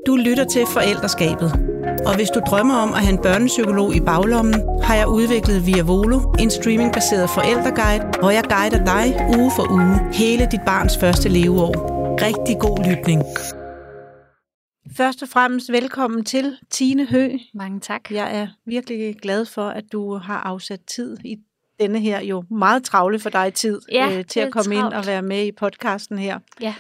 Du lytter til Forældreskabet. Og hvis du drømmer om at have en børnepsykolog i baglommen, har jeg udviklet Viavolo, en streamingbaseret forældreguide, hvor jeg guider dig uge for uge hele dit barns første leveår. Rigtig god lytning. Først og fremmest velkommen til Tine Høgh. Mange tak. Jeg er virkelig glad for, at du har afsat tid i denne her jo meget travle for dig tid til at komme ind og være med i podcasten her. Ja.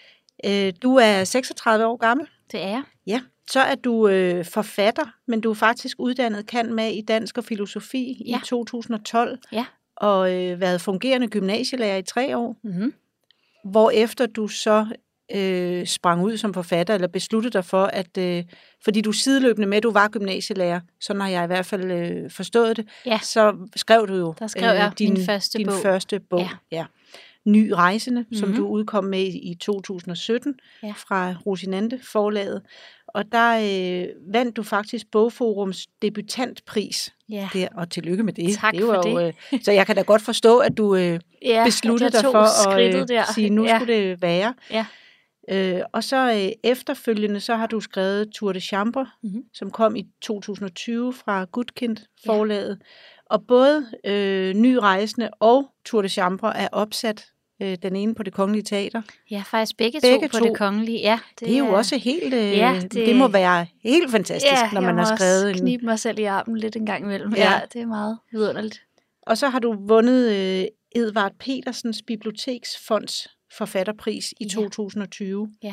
Du er 36 år gammel. Det er jeg. Ja. Så er du forfatter, men du er faktisk uddannet cand.mag i dansk og filosofi i 2012. Ja. Og været fungerende gymnasielærer i 3 år. Mm-hmm. Hvorefter du så sprang ud som forfatter, eller besluttede dig for, at fordi du sideløbende med, at du var gymnasielærer, sådan har jeg i hvert fald forstået det, så skrev du jo din første bog. Ja. Ny Rejsende, som du udkom med i 2017 fra Rosinante forlaget. Og der vandt du faktisk Bogforums debutantpris. Ja. Der, og tillykke med det. Tak for det. Så jeg kan da godt forstå, at du besluttede dig for at sige, nu skulle det være. Ja. Og så efterfølgende, så har du skrevet Tour de Chambre, som kom i 2020 fra Gutkind forlaget. Og både Ny Rejsende og Tour de Chambre er opsat. Den ene på Det Kongelige Teater. Ja, faktisk begge to på Det Kongelige. Ja, det er jo også helt... det må være helt fantastisk, når man har skrevet... Ja, jeg må knibe mig selv i armen lidt en gang imellem. Ja, det er meget vidunderligt. Og så har du vundet Edvard Petersens Biblioteksfonds forfatterpris i 2020. Ja.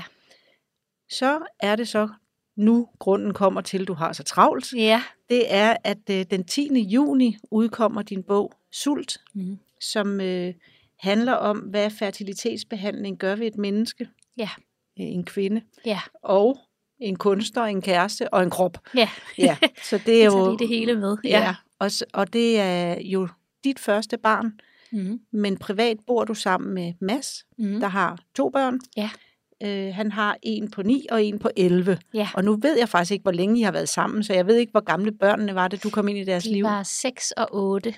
Så er det så nu grunden kommer til, at du har så travlt. Ja. Det er, at den 10. juni udkommer din bog Sult, som handler om, hvad fertilitetsbehandling gør ved et menneske. Ja. En kvinde. Ja. Og en kunstner, en kæreste og en krop. Ja. Ja. Så det er jo det hele med. Ja. Og det er jo dit første barn. Men privat bor du sammen med Mads, der har 2 børn. Ja. Han har en på 9 og en på 11. Ja. Og nu ved jeg faktisk ikke, hvor længe I har været sammen, så jeg ved ikke, hvor gamle børnene var, da du kom ind i deres liv. De var 6 og 8.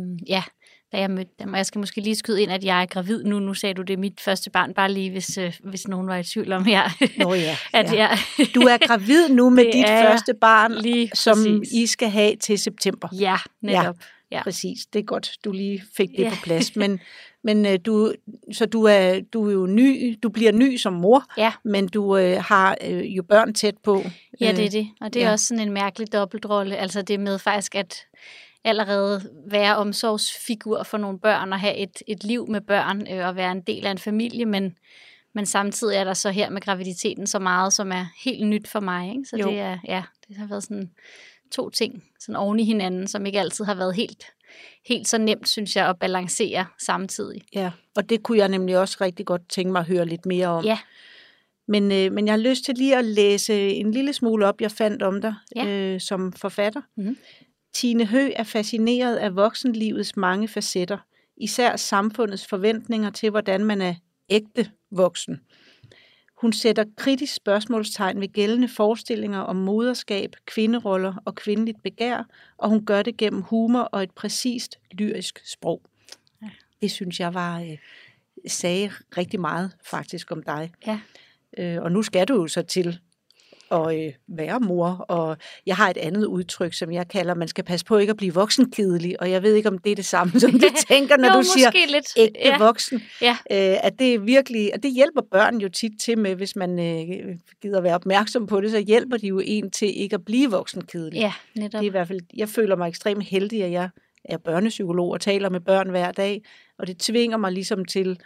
Da jeg mødte dem. Og jeg skal måske lige skyde ind, at jeg er gravid nu. Nu sagde du, det er mit første barn, bare lige, hvis nogen var i tvivl om her. Nå ja. Du er gravid nu med dit første barn, som I skal have til september. Ja, netop. Ja, præcis. Det er godt, du lige fik det på plads. Men du er jo ny, du bliver ny som mor, men du har jo børn tæt på. Ja, det er det. Og det er også sådan en mærkelig dobbeltrolle. Altså det med faktisk at allerede være omsorgsfigur for nogle børn og have et liv med børn og være en del af en familie, men samtidig er der så her med graviditeten så meget, som er helt nyt for mig. Ikke? Så det har været sådan 2 ting sådan oven i hinanden, som ikke altid har været helt så nemt, synes jeg, at balancere samtidig. Ja, og det kunne jeg nemlig også rigtig godt tænke mig at høre lidt mere om. Ja. Men jeg har lyst til lige at læse en lille smule op, jeg fandt om dig som forfatter. Tine Høgh er fascineret af voksenlivets mange facetter, især samfundets forventninger til, hvordan man er ægte voksen. Hun sætter kritisk spørgsmålstegn ved gældende forestillinger om moderskab, kvinderoller og kvindeligt begær, og hun gør det gennem humor og et præcist lyrisk sprog. Det synes jeg sagde rigtig meget faktisk om dig. Ja. Og nu skal du jo så til at være mor, og jeg har et andet udtryk, som jeg kalder, man skal passe på ikke at blive voksenkedelig, og jeg ved ikke, om det er det samme, som du tænker, når du siger ægte voksen. Ja. At det er virkelig, og det hjælper børn jo tit til med, hvis man gider være opmærksom på det, så hjælper de jo en til ikke at blive voksenkedelig. Ja, netop. Det er i hvert fald, jeg føler mig ekstremt heldig, at jeg er børnepsykolog og taler med børn hver dag, og det tvinger mig ligesom til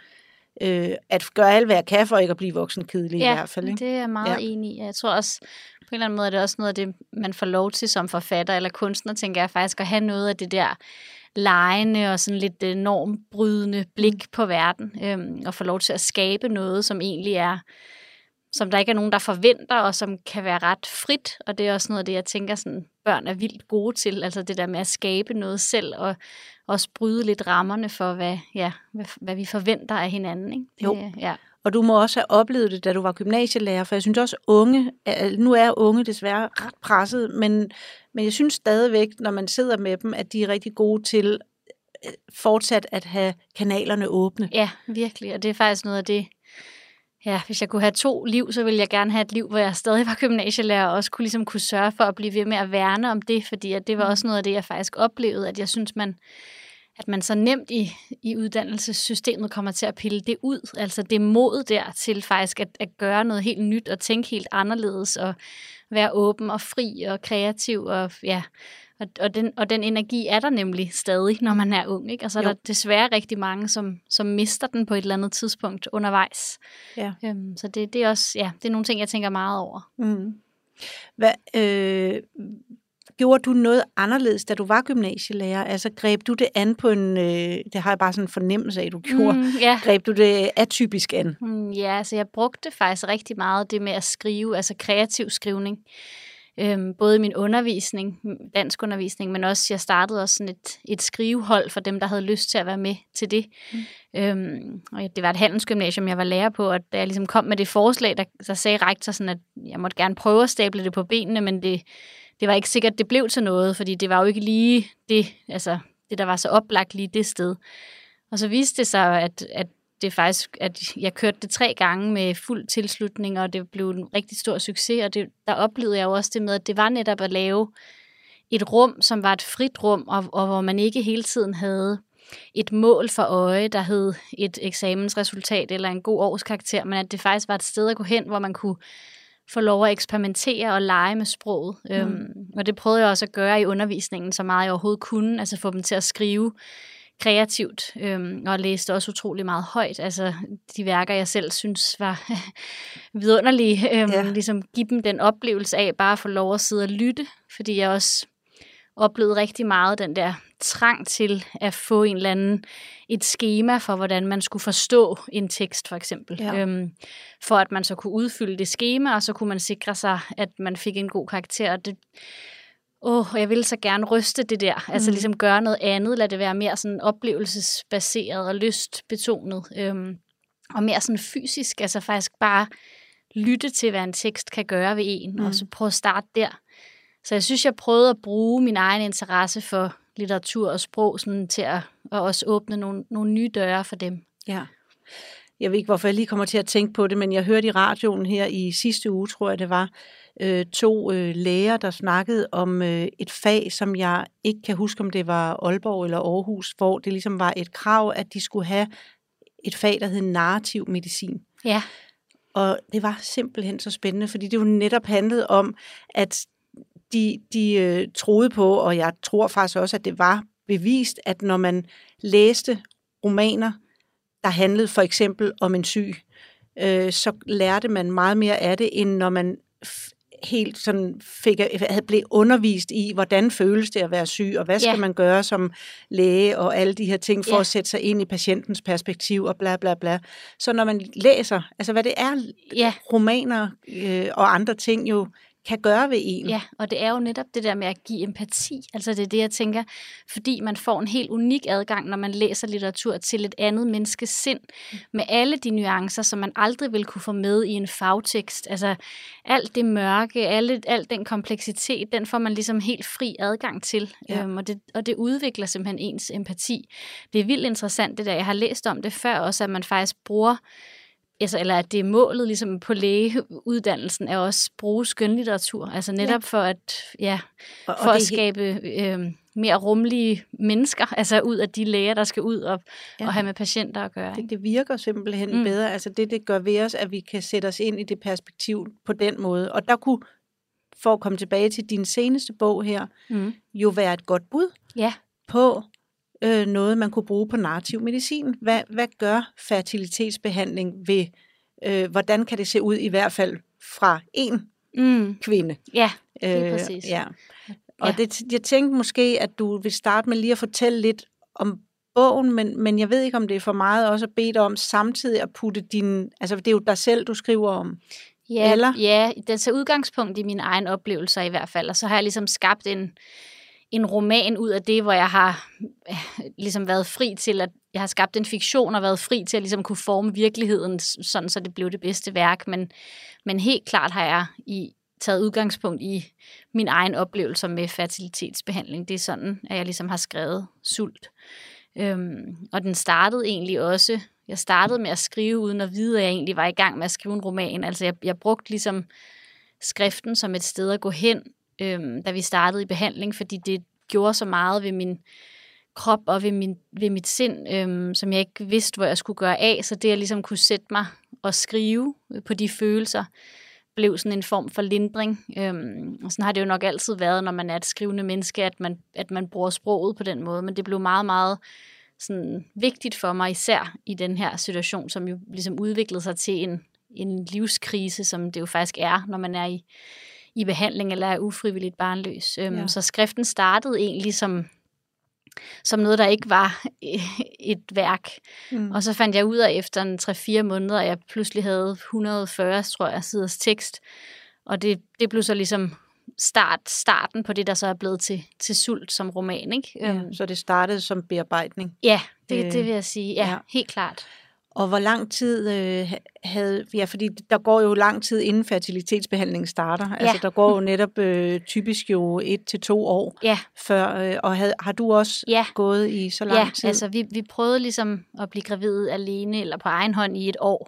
at gøre alt, hvad jeg kan for ikke at blive voksenkedelig i hvert fald. Ikke? Det er jeg meget enig i. Jeg tror også, på en eller anden måde er det også noget af det, man får lov til som forfatter eller kunstner, tænker jeg faktisk, at have noget af det der legende og sådan lidt normbrydende blik på verden, og få lov til at skabe noget, som egentlig er, som der ikke er nogen, der forventer, og som kan være ret frit, og det er også noget af det, jeg tænker, sådan, børn er vildt gode til, altså det der med at skabe noget selv, og også bryde lidt rammerne for, hvad vi forventer af hinanden. Ikke? Jo, og du må også have oplevet det, da du var gymnasielærer, for jeg synes også, nu er unge desværre ret presset, men jeg synes stadigvæk, når man sidder med dem, at de er rigtig gode til fortsat at have kanalerne åbne. Ja, virkelig, og det er faktisk noget af det, Ja, hvis jeg kunne have 2 liv, så ville jeg gerne have et liv, hvor jeg stadig var gymnasielærer, og også kunne sørge for at blive ved med at værne om det, fordi at det var også noget af det, jeg faktisk oplevede, at jeg synes, at man så nemt i uddannelsessystemet kommer til at pille det ud. Altså det mod der til faktisk at gøre noget helt nyt og tænke helt anderledes og være åben og fri og kreativ og ja. Og den energi er der nemlig stadig, når man er ung, ikke? Og så er der desværre rigtig mange, som mister den på et eller andet tidspunkt undervejs. Ja. Så det er også, det er nogle ting, jeg tænker meget over. Mm. Gjorde du noget anderledes, da du var gymnasielærer? Altså greb du det an på det har jeg bare sådan en fornemmelse af, du gjorde. Greb du det atypisk an? Ja, altså jeg brugte faktisk rigtig meget det med at skrive, altså kreativ skrivning. Både i min undervisning, danskundervisning, men også, jeg startede også sådan et skrivehold for dem, der havde lyst til at være med til det. Og det var et handelsgymnasium, jeg var lærer på, og da jeg ligesom kom med det forslag, der sagde rektor sådan, at jeg måtte gerne prøve at stable det på benene, men det var ikke sikkert, det blev til noget, fordi det var jo ikke lige det, altså det, der var så oplagt lige det sted. Og så viste det sig, at det faktisk, at jeg kørte det 3 gange med fuld tilslutning, og det blev en rigtig stor succes, og der oplevede jeg jo også det med, at det var netop at lave et rum, som var et frit rum, og hvor man ikke hele tiden havde et mål for øje, der hed et eksamensresultat eller en god årskarakter, men at det faktisk var et sted at gå hen, hvor man kunne få lov at eksperimentere og lege med sproget. Og det prøvede jeg også at gøre i undervisningen, så meget jeg overhovedet kunne, altså få dem til at skrive kreativt, og læste også utrolig meget højt. Altså de værker, jeg selv synes var vidunderlige. Ligesom give dem den oplevelse af bare at få lov at sidde og lytte, fordi jeg også oplevede rigtig meget den der trang til at få en eller anden et skema for, hvordan man skulle forstå en tekst, for eksempel. For at man så kunne udfylde det skema, og så kunne man sikre sig, at man fik en god karakter. Og jeg ville så gerne ryste det der, altså ligesom gøre noget andet, lade det være mere sådan oplevelsesbaseret og lystbetonet, og mere sådan fysisk, altså faktisk bare lytte til, hvad en tekst kan gøre ved en, og så prøve at starte der. Så jeg synes, jeg prøvede at bruge min egen interesse for litteratur og sprog sådan til at også åbne nogle nye døre for dem. Ja. Jeg ved ikke, hvorfor jeg lige kommer til at tænke på det, men jeg hørte i radioen her i sidste uge, tror jeg det var, 2 læger, der snakkede om et fag, som jeg ikke kan huske, om det var Aalborg eller Aarhus, hvor det ligesom var et krav, at de skulle have et fag, der hed narrativ medicin. Ja. Og det var simpelthen så spændende, fordi det jo netop handlede om, at de troede på, og jeg tror faktisk også, at det var bevist, at når man læste romaner, der handlede for eksempel om en syg, så lærte man meget mere af det, end når man helt sådan blev undervist i, hvordan føles det at være syg, og hvad skal man gøre som læge, og alle de her ting, for at sætte sig ind i patientens perspektiv, og bla bla bla. Så når man læser, altså hvad det er, romaner og andre ting jo kan gøre ved en. Ja, og det er jo netop det der med at give empati. Altså det er det, jeg tænker, fordi man får en helt unik adgang, når man læser litteratur til et andet menneskes sind, med alle de nuancer, som man aldrig vil kunne få med i en fagtekst. Altså alt det mørke, al den kompleksitet, den får man ligesom helt fri adgang til. Og det udvikler simpelthen ens empati. Det er vildt interessant det der. Jeg har læst om det før også, at man faktisk bruger eller at det er målet ligesom på lægeuddannelsen er også bruge skønlitteratur, altså netop for at skabe mere rummelige mennesker, altså ud af de læger, der skal ud og have med patienter at gøre. Det virker simpelthen bedre, altså det gør ved os, at vi kan sætte os ind i det perspektiv på den måde, og der kunne, for at komme tilbage til din seneste bog her, jo være et godt bud på noget, man kunne bruge på narrativ medicin. Hvad gør fertilitetsbehandling ved, hvordan kan det se ud i hvert fald fra en kvinde? Ja, det er præcis. Og jeg tænkte måske, at du vil starte med lige at fortælle lidt om bogen, men jeg ved ikke, om det er for meget også at bede dig om samtidig at putte altså det er jo dig selv, du skriver om. Ja, den tager udgangspunkt i mine egne oplevelser i hvert fald, og så har jeg ligesom skabt en roman ud af det, hvor jeg har ligesom været fri til, at jeg har skabt en fiktion og været fri til at ligesom kunne forme virkeligheden, sådan så det blev det bedste værk. Men helt klart har jeg taget udgangspunkt i min egen oplevelser med fertilitetsbehandling. Det er sådan, at jeg ligesom har skrevet Sult. Og den startede egentlig også jeg startede med at skrive, uden at vide, at jeg egentlig var i gang med at skrive en roman. Altså jeg brugte ligesom skriften som et sted at gå hen, da vi startede i behandling, fordi det gjorde så meget ved min krop og ved mit sind, som jeg ikke vidste, hvor jeg skulle gøre af. Så det, jeg ligesom kunne sætte mig og skrive på de følelser, blev sådan en form for lindring. Og sådan har det jo nok altid været, når man er et skrivende menneske, at man bruger sproget på den måde. Men det blev meget, meget sådan vigtigt for mig, især i den her situation, som jo ligesom udviklede sig til en livskrise, som det jo faktisk er, når man er i behandling eller er ufrivilligt barnløs. Så skriften startede egentlig som noget, der ikke var et værk. Og så fandt jeg ud af efter en 3-4 måneder, at jeg pludselig havde 140, tror jeg, siders tekst. Og det blev så ligesom starten på det, der så er blevet til Sult som roman, ikke? Ja, så det startede som bearbejdning? Ja, det vil jeg sige. Ja, helt klart. Og hvor lang tid fordi der går jo lang tid inden fertilitetsbehandlingen starter. Ja. Altså der går jo netop typisk jo 1 til 2 år før. Og har du også gået i så lang tid? Ja, altså vi prøvede ligesom at blive gravid alene eller på egen hånd i 1 år.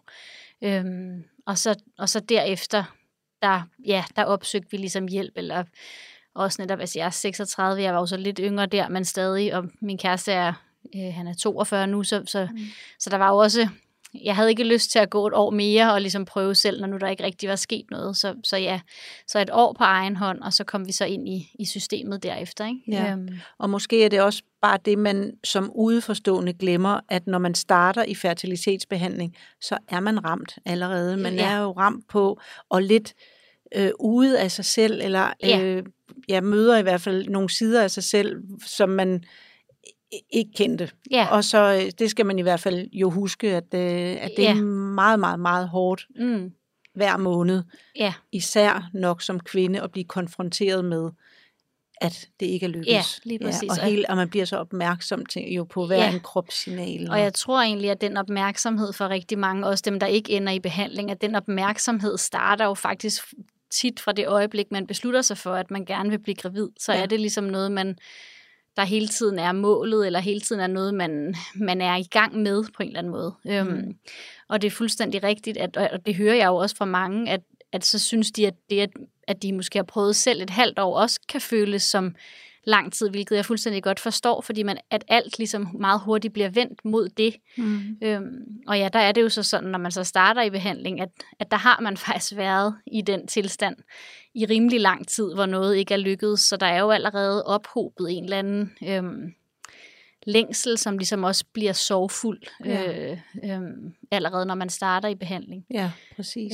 Og så derefter, der opsøgte vi ligesom hjælp, eller også netop, altså jeg er 36, jeg var jo så lidt yngre der, men stadig, og min kæreste han er 42 nu, så der var jo også, jeg havde ikke lyst til at gå 1 år mere og ligesom prøve selv, når nu der ikke rigtig var sket noget. Så 1 år på egen hånd, og så kom vi så ind i systemet derefter. Ikke? Ja. Og måske er det også bare det, man som udeforstående glemmer, at når man starter i fertilitetsbehandling, så er man ramt allerede. Man er jo ramt på, og lidt ude af sig selv, eller jeg møder i hvert fald nogle sider af sig selv, som man ikke kendte. Yeah. Og så det skal man i hvert fald jo huske, at det er meget, meget, meget hårdt hver måned. Yeah. Især nok som kvinde at blive konfronteret med, at det ikke er lykkes. Ja, lige præcis. Og man bliver så opmærksom på hver en kropssignal. Og jeg tror egentlig, at den opmærksomhed for rigtig mange, også dem, der ikke ender i behandling, at den opmærksomhed starter jo faktisk tit fra det øjeblik, man beslutter sig for, at man gerne vil blive gravid. Så er det ligesom noget, der hele tiden er målet, eller hele tiden er noget, man er i gang med på en eller anden måde. Og det er fuldstændig rigtigt, og det hører jeg jo også fra mange, at så synes de, at de måske har prøvet selv 1/2 år, også kan føles som lang tid, hvilket jeg fuldstændig godt forstår, fordi at alt ligesom meget hurtigt bliver vendt mod det. Og der er det jo så sådan, når man så starter i behandling, at der har man faktisk været i den tilstand i rimelig lang tid, hvor noget ikke er lykkedes, så der er jo allerede ophobet en eller anden længsel, som ligesom også bliver sorgfuld allerede, når man starter i behandling. Ja, præcis.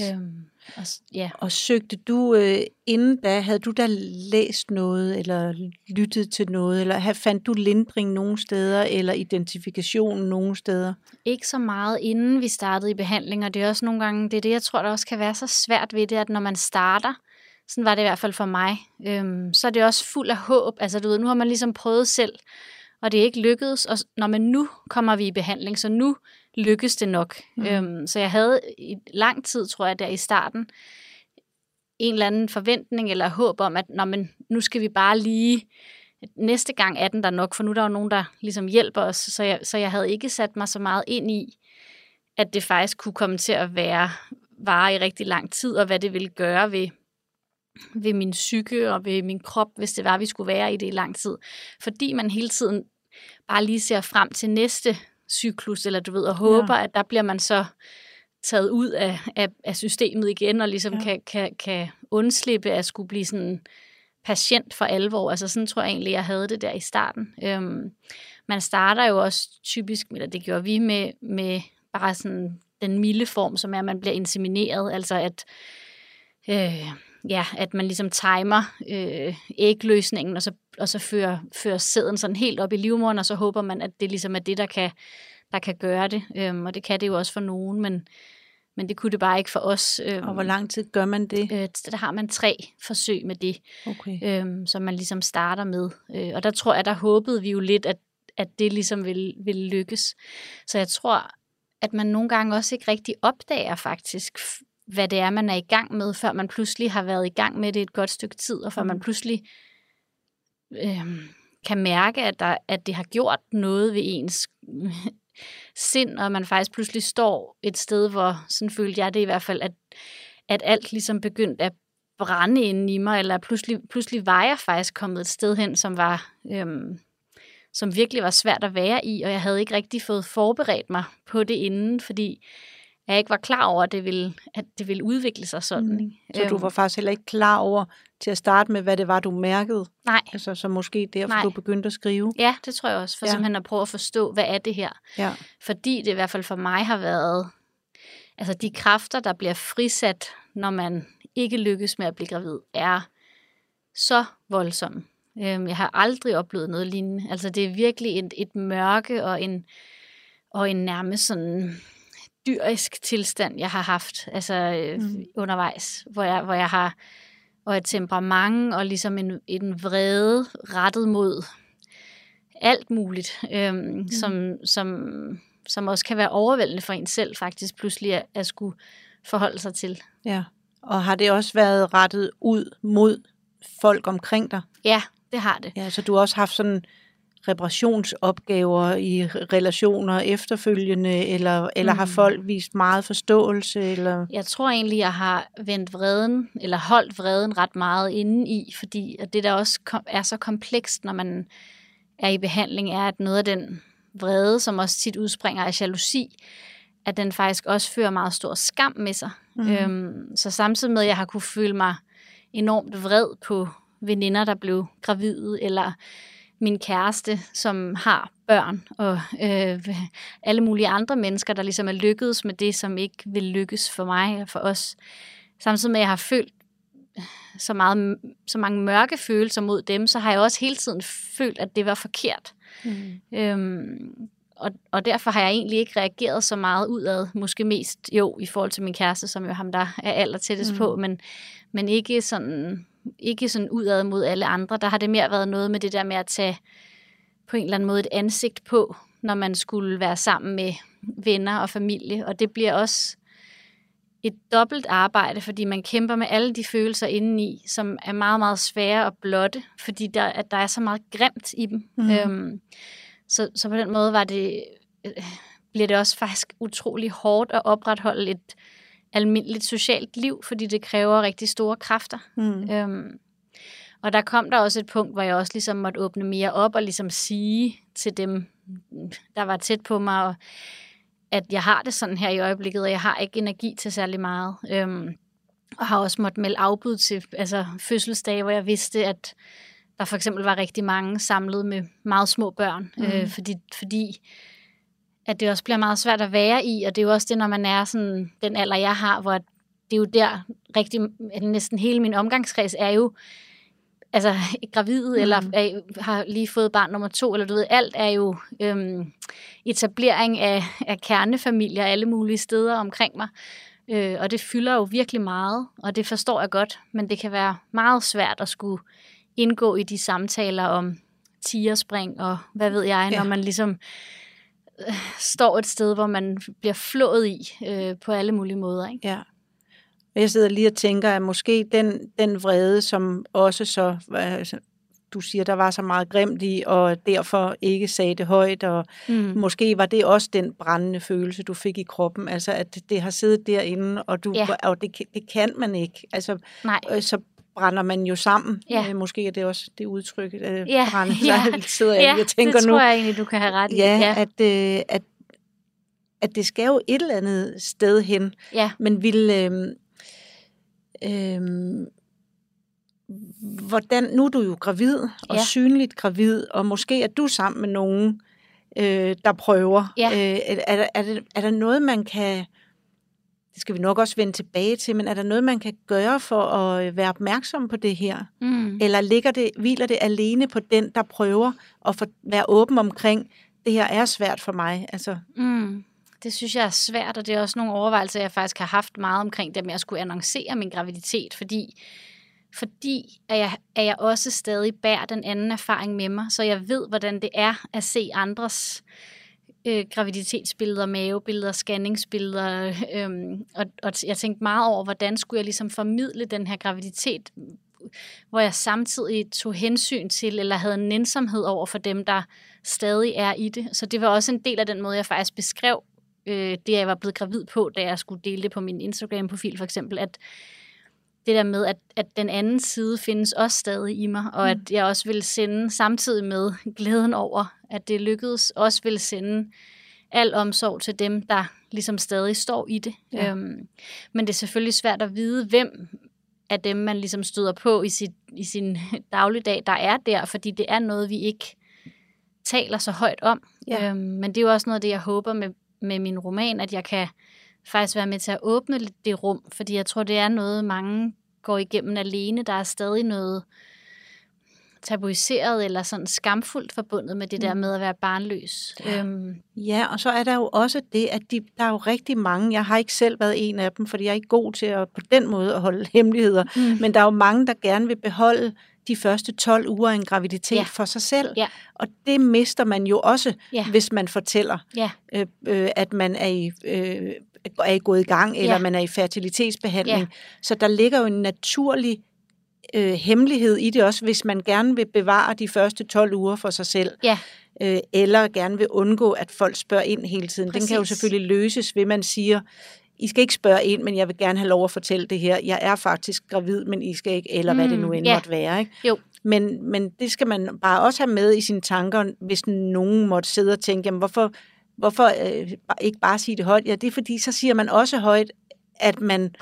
Og søgte du, inden da, havde du da læst noget, eller lyttet til noget, eller fandt du lindring nogle steder, eller identifikation nogle steder? Ikke så meget, inden vi startede i behandling, og det er også nogle gange, det er det, jeg tror, der også kan være så svært ved det, at når man starter, sådan var det i hvert fald for mig, så er det også fuld af håb. Altså du ved, nu har man ligesom prøvet selv, og det er ikke lykkedes, og nu kommer vi i behandling, så nu lykkes det nok. Så jeg havde i lang tid, tror jeg, der i starten, en eller anden forventning eller håb om, at nu skal vi bare lige, næste gang er den der nok, for nu er der jo nogen, der ligesom hjælper os, så jeg havde ikke sat mig så meget ind i, at det faktisk kunne komme til at vare i rigtig lang tid, og hvad det ville gøre ved min psyke og ved min krop, hvis det var, vi skulle være i det i lang tid. Fordi man hele tiden bare lige ser frem til næste cyklus, eller du ved, og håber, at der bliver man så taget ud af systemet igen, og ligesom kan undslippe at skulle blive sådan patient for alvor. Altså sådan tror jeg egentlig, jeg havde det der i starten. Man starter jo også typisk, eller det gjorde vi med bare sådan den milde form, som er, at man bliver insemineret, altså at man ligesom timer ægløsningen, og så fører sæden sådan helt op i livmoderen, og så håber man, at det ligesom er det, der kan gøre det. Og det kan det jo også for nogen, men det kunne det bare ikke for os. Og hvor lang tid gør man det? Der har man 3 forsøg med det, som man ligesom starter med. Og der tror jeg, der håbede vi jo lidt, at det ligesom ville lykkes. Så jeg tror, at man nogle gange også ikke rigtig opdager faktisk, hvad det er, man er i gang med, før man pludselig har været i gang med det et godt stykke tid, og før man pludselig kan mærke, at det har gjort noget ved ens sind, og man faktisk pludselig står et sted, hvor, sådan følte jeg det i hvert fald, at alt ligesom begyndte at brænde inde i mig, eller pludselig var jeg faktisk kommet et sted hen, som var som virkelig var svært at være i, og jeg havde ikke rigtig fået forberedt mig på det inden, fordi jeg ikke var klar over, at det ville udvikle sig sådan. Ikke? Så du var faktisk heller ikke klar over til at starte med, hvad det var, du mærkede? Nej. Altså, så måske derfor, du begyndte at skrive? Ja, det tror jeg også, for simpelthen at prøve at forstå, hvad er det her? Ja. Fordi det i hvert fald for mig har været, altså de kræfter, der bliver frisat, når man ikke lykkes med at blive gravid, er så voldsomme. Jeg har aldrig oplevet noget lignende. Altså det er virkelig et mørke og en nærmest sådan dyrisk tilstand, jeg har haft undervejs, hvor jeg har og et temperament og ligesom en vrede rettet mod alt muligt, som også kan være overvældende for en selv faktisk pludselig at skulle forholde sig til. Ja, og har det også været rettet ud mod folk omkring dig? Ja, det har det. Ja, så du har også haft sådan reparationsopgaver i relationer efterfølgende, eller har folk vist meget forståelse? Eller? Jeg tror egentlig, jeg har vendt vreden, eller holdt vreden ret meget inde i, fordi at det der også er så komplekst, når man er i behandling, er, at noget af den vrede, som også tit udspringer af jalousi, at den faktisk også fører meget stor skam med sig. Så samtidig med, at jeg har kunne føle mig enormt vred på veninder, der blev gravide, eller min kæreste, som har børn, og alle mulige andre mennesker, der ligesom er lykkedes med det, som ikke vil lykkes for mig og for os. Samtidig med, at jeg har følt så mange mørke følelser mod dem, så har jeg også hele tiden følt, at det var forkert. Og derfor har jeg egentlig ikke reageret så meget udad, måske mest i forhold til min kæreste, som jo ham, der er allertættest på, men ikke sådan udad mod alle andre. Der har det mere været noget med det der med at tage på en eller anden måde et ansigt på, når man skulle være sammen med venner og familie. Og det bliver også et dobbelt arbejde, fordi man kæmper med alle de følelser indeni, som er meget, meget svære at blotte, fordi der er så meget grimt i dem. Så på den måde bliver det også faktisk utrolig hårdt at opretholde et almindeligt socialt liv, fordi det kræver rigtig store kræfter. Og der kom der også et punkt, hvor jeg også ligesom måtte åbne mere op og ligesom sige til dem, der var tæt på mig, at jeg har det sådan her i øjeblikket, og jeg har ikke energi til særlig meget. Og har også måttet melde afbud til fødselsdage, hvor jeg vidste, at der for eksempel var rigtig mange samlet med meget små børn, fordi at det også bliver meget svært at være i, og det er jo også det, når man er sådan den alder, jeg har, hvor det er jo der næsten hele min omgangskreds er jo gravid, eller har lige fået barn nummer 2, eller du ved, alt er jo etablering af kernefamilier alle mulige steder omkring mig, og det fylder jo virkelig meget, og det forstår jeg godt, men det kan være meget svært at skulle indgå i de samtaler om tigerspring, og hvad ved jeg, når man ligesom står et sted, hvor man bliver flået i på alle mulige måder. Ikke? Ja. Jeg sidder lige og tænker, at måske den vrede, som også så, du siger, der var så meget grimt i, og derfor ikke sagde det højt, og måske var det også den brændende følelse, du fik i kroppen, altså at det har siddet derinde, og det kan man ikke. Altså, så brænder man jo sammen. Måske er det også det udtryk, brænde. Så sidder jeg lige og tænker det nu. tror jeg egentlig, du kan have ret i. At det skal jo et eller andet sted hen. Ja. Men hvordan, nu er du jo gravid, og synligt gravid, og måske er du sammen med nogen, der prøver. Er der noget, man kan, det skal vi nok også vende tilbage til, men er der noget, man kan gøre for at være opmærksom på det her? Eller hviler det alene på den, der prøver at være åben omkring, det her er svært for mig? Altså. Det synes jeg er svært, og det er også nogle overvejelser, jeg faktisk har haft meget omkring det med at skulle annoncere min graviditet, fordi at jeg også stadig bærer den anden erfaring med mig, så jeg ved, hvordan det er at se andres graviditetsbilleder, mavebilleder, scanningsbilleder, og jeg tænkte meget over, hvordan skulle jeg ligesom formidle den her graviditet hvor jeg samtidig tog hensyn til, eller havde en nænsomhed over for dem, der stadig er i det. Så det var også en del af den måde, jeg faktisk beskrev det, jeg var blevet gravid på, da jeg skulle dele det på min Instagram-profil for eksempel, at det der med, at den anden side findes også stadig i mig, og at jeg også ville sende, samtidig med glæden over, at det lykkedes, også ville sende al omsorg til dem, der ligesom stadig står i det. Ja. Men det er selvfølgelig svært at vide, hvem af dem, man ligesom støder på i sin dagligdag, der er der, fordi det er noget, vi ikke taler så højt om. Ja. Men det er jo også noget af det, jeg håber med min roman, at jeg kan faktisk være med til at åbne det rum, fordi jeg tror, det er noget, mange går igennem alene. Der er stadig noget tabuiseret eller sådan skamfuldt forbundet med det der med at være barnløs. Ja, og så er der jo også det, at der er jo rigtig mange, jeg har ikke selv været en af dem, fordi jeg er ikke god til at på den måde at holde hemmeligheder, men der er jo mange, der gerne vil beholde de første 12 uger af en graviditet for sig selv. Ja. Og det mister man jo også, hvis man fortæller, at man er gået i gang, eller man er i fertilitetsbehandling. Ja. Så der ligger jo en naturlig hemmelighed i det også, hvis man gerne vil bevare de første 12 uger for sig selv. Ja. Eller gerne vil undgå, at folk spørger ind hele tiden. Præcis. Den kan jo selvfølgelig løses ved, man siger, I skal ikke spørge ind, men jeg vil gerne have lov at fortælle det her. Jeg er faktisk gravid, men I skal ikke, eller hvad det nu end måtte være. Ikke? Jo. Men det skal man bare også have med i sine tanker, hvis nogen måtte sidde og tænke, jamen hvorfor ikke bare sige det højt? Ja, det er fordi, så siger man også højt, at man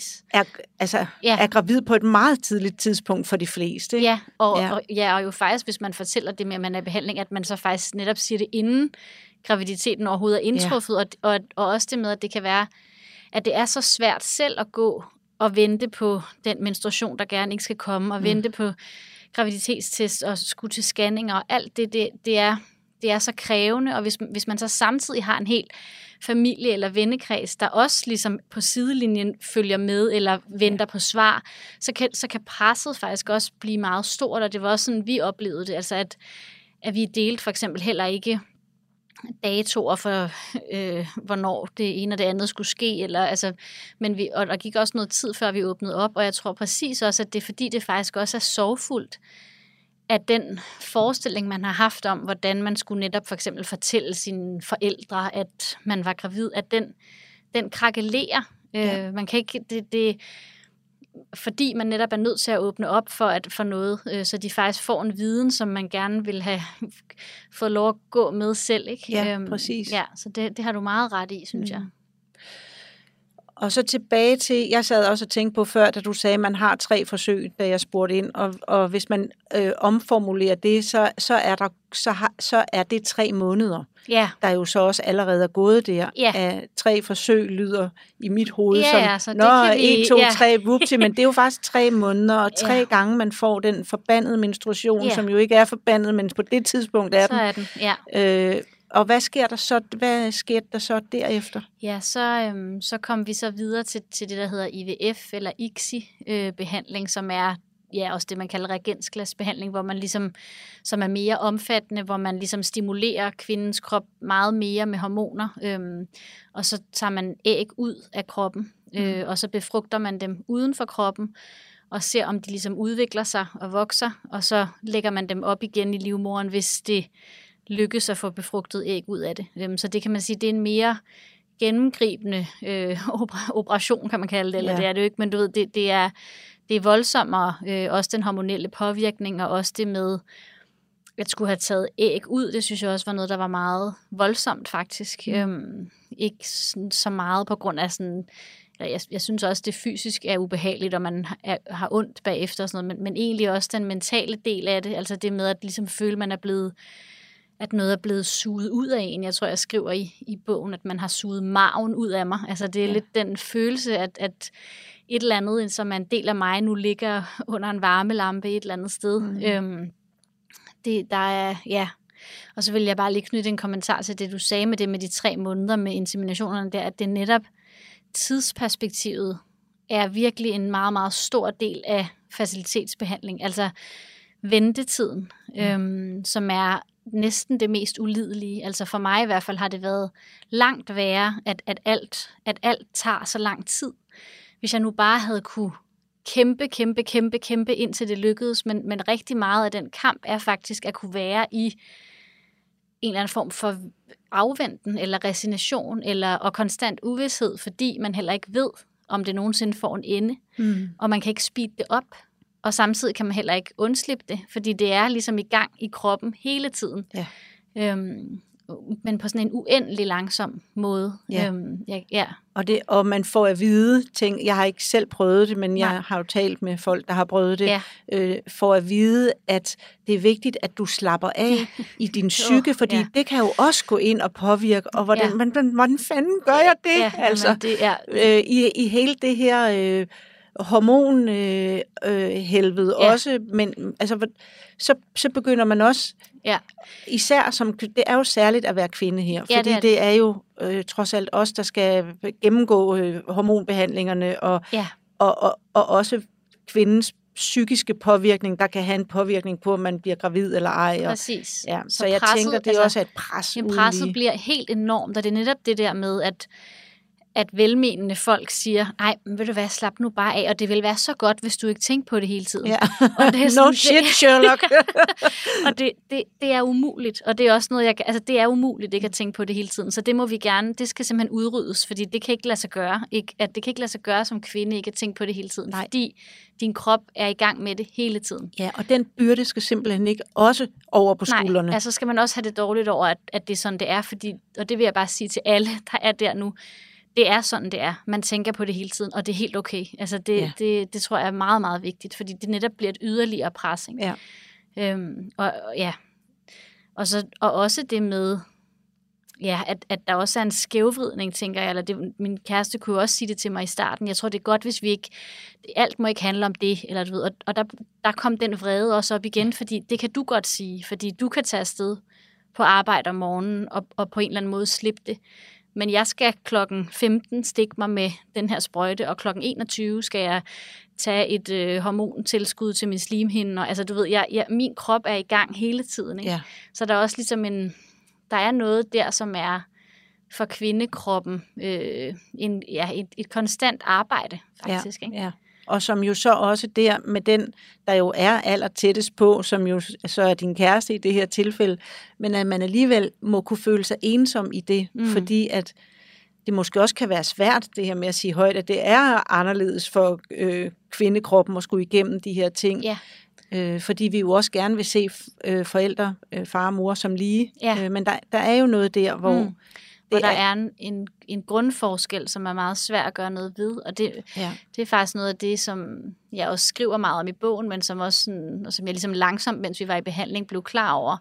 er gravid på et meget tidligt tidspunkt for de fleste. Ja, og jo faktisk, hvis man fortæller det med, at man er i behandling, at man så faktisk netop siger det inden graviditeten overhovedet er indtruffet, og også det med, at det kan være, at det er så svært selv at gå og vente på den menstruation, der gerne ikke skal komme, og vente på graviditetstest og skulle til scanninger, og alt det er så krævende, og hvis man så samtidig har en helt familie eller vennekreds, der også ligesom på sidelinjen følger med eller venter på svar, så kan presset faktisk også blive meget stort, og det var også sådan, vi oplevede det, altså at vi delte for eksempel heller ikke datoer for, hvornår det ene og det andet skulle ske, og der gik også noget tid, før vi åbnede op, og jeg tror præcis også, at det er fordi, det faktisk også er sorgfuldt, at den forestilling, man har haft om, hvordan man skulle netop for eksempel fortælle sine forældre, at man var gravid, at den krakelerer. Ja. Man kan ikke, fordi man netop er nødt til at åbne op for noget, så de faktisk får en viden, som man gerne vil have fået lov at gå med selv. Ikke? Ja, præcis. Ja, så det har du meget ret i, synes jeg. Og så tilbage til, jeg sad også og tænkte på før, da du sagde, at man har 3 forsøg, da jeg spurgte ind, og hvis man omformulerer det, så er det 3 måneder. Ja. Der er jo så også allerede gået der. Ja. 3 forsøg lyder i mit hoved som, 1, 2, 3, vupti, men det er jo faktisk 3 måneder, og 3 gange man får den forbandede menstruation, som jo ikke er forbandet, men på det tidspunkt er den. Så er den, og hvad sker der så? Hvad skete der så derefter? Ja, så kom vi så videre til det, der hedder IVF eller ICSI-behandling, som er også det, man kalder reagensglasbehandling, hvor man ligesom, som er mere omfattende, hvor man ligesom stimulerer kvindens krop meget mere med hormoner, og så tager man æg ud af kroppen, og så befrugter man dem uden for kroppen, og ser, om de ligesom udvikler sig og vokser, og så lægger man dem op igen i livmoderen, hvis det lykkes at få befrugtet æg ud af det. Så det kan man sige, det er en mere gennemgribende operation, kan man kalde det, eller det er det jo ikke, men du ved, det er voldsommere, også den hormonelle påvirkning, og også det med at skulle have taget æg ud, det synes jeg også var noget, der var meget voldsomt faktisk. Ikke så meget på grund af sådan, jeg synes også, det fysisk er ubehageligt, og man har ondt bagefter og sådan noget, men egentlig også den mentale del af det, altså det med at ligesom føle, man er blevet, at noget er blevet suget ud af en. Jeg tror, jeg skriver i bogen, at man har suget marven ud af mig. Altså det er lidt den følelse, at et eller andet, som er en del af mig, nu ligger under en varmelampe et eller andet sted. Og så vil jeg bare lige knytte en kommentar til det, du sagde med det med de 3 måneder med inseminationerne der, at det netop tidsperspektivet er virkelig en meget, meget stor del af fertilitetsbehandling. Altså ventetiden, som er næsten det mest ulidelige. Altså for mig i hvert fald har det været langt værre, at alt tager så lang tid. Hvis jeg nu bare havde kunne kæmpe indtil det lykkedes, men rigtig meget af den kamp er faktisk at kunne være i en eller anden form for afventen eller resignation og konstant uvished, fordi man heller ikke ved, om det nogensinde får en ende, og man kan ikke speede det op, og samtidig kan man heller ikke undslippe det, fordi det er ligesom i gang i kroppen hele tiden. Ja. Men på sådan en uendelig langsom måde. Ja. Og man får at vide ting, jeg har ikke selv prøvet det, men jeg har jo talt med folk, der har prøvet det, får at vide, at det er vigtigt, at du slapper af i din psyke, fordi det kan jo også gå ind og påvirke, og hvordan fanden gør jeg det? Ja, altså, det er... i hele det her... hormonhelvede også, men altså, så begynder man også, især det er jo særligt at være kvinde her, fordi det er jo trods alt os, der skal gennemgå hormonbehandlingerne, og også kvindens psykiske påvirkning, der kan have en påvirkning på, om man bliver gravid eller ej. Præcis. Så jeg tænker, det er også et pres. Presset bliver helt enormt, og det er netop det der med, at velmenende folk siger, nej, vil du være, slap nu bare af, og det vil være så godt, hvis du ikke tænker på det hele tiden. Ja. Og det er sådan, no shit, Sherlock. Og det er umuligt, og det er også noget, det er umuligt ikke at tænke på det hele tiden, så det må vi gerne, det skal simpelthen udryddes, fordi det kan ikke lade sig gøre, det kan ikke lade sig gøre som kvinde ikke at tænke på det hele tiden, fordi din krop er i gang med det hele tiden. Ja, og den byrde skal simpelthen ikke også over på skuldrene. Nej, altså skal man også have det dårligt over, at det er sådan, det er, fordi, og det vil jeg bare sige til alle, der er der nu, det er sådan, det er. Man tænker på det hele tiden, og det er helt okay. Altså det tror jeg er meget, meget vigtigt, fordi det netop bliver et yderligere pres. Ikke? Ja. Og også det med, at der også er en skævvridning, tænker jeg, eller min kæreste kunne også sige det til mig i starten. Jeg tror, det er godt, hvis vi ikke, alt må ikke handle om det, eller du ved, og der kom den vrede også op igen, fordi det kan du godt sige, fordi du kan tage afsted på arbejde om morgenen, og på en eller anden måde slippe det. Men jeg skal klokken 15 stikke mig med den her sprøjte, og klokken 21 skal jeg tage et hormontilskud til min slimhinde. Og, altså du ved, min krop er i gang hele tiden. Ikke? Ja. Så der er også ligesom der er noget der, som er for kvindekroppen et konstant arbejde, faktisk. Ikke? Ja. Og som jo så også der med den, der jo er aller tættest på, som jo så er din kæreste i det her tilfælde, men at man alligevel må kunne føle sig ensom i det, fordi at det måske også kan være svært, det her med at sige højt, at det er anderledes for kvindekroppen at skulle igennem de her ting. Ja. Fordi vi jo også gerne vil se forældre, far og mor som lige. Ja. Men der er jo noget der, hvor... Og der er en grundforskel, som er meget svær at gøre noget ved, og det er faktisk noget af det, som jeg også skriver meget om i bogen, men som også sådan, og som jeg ligesom langsomt, mens vi var i behandling, blev klar over,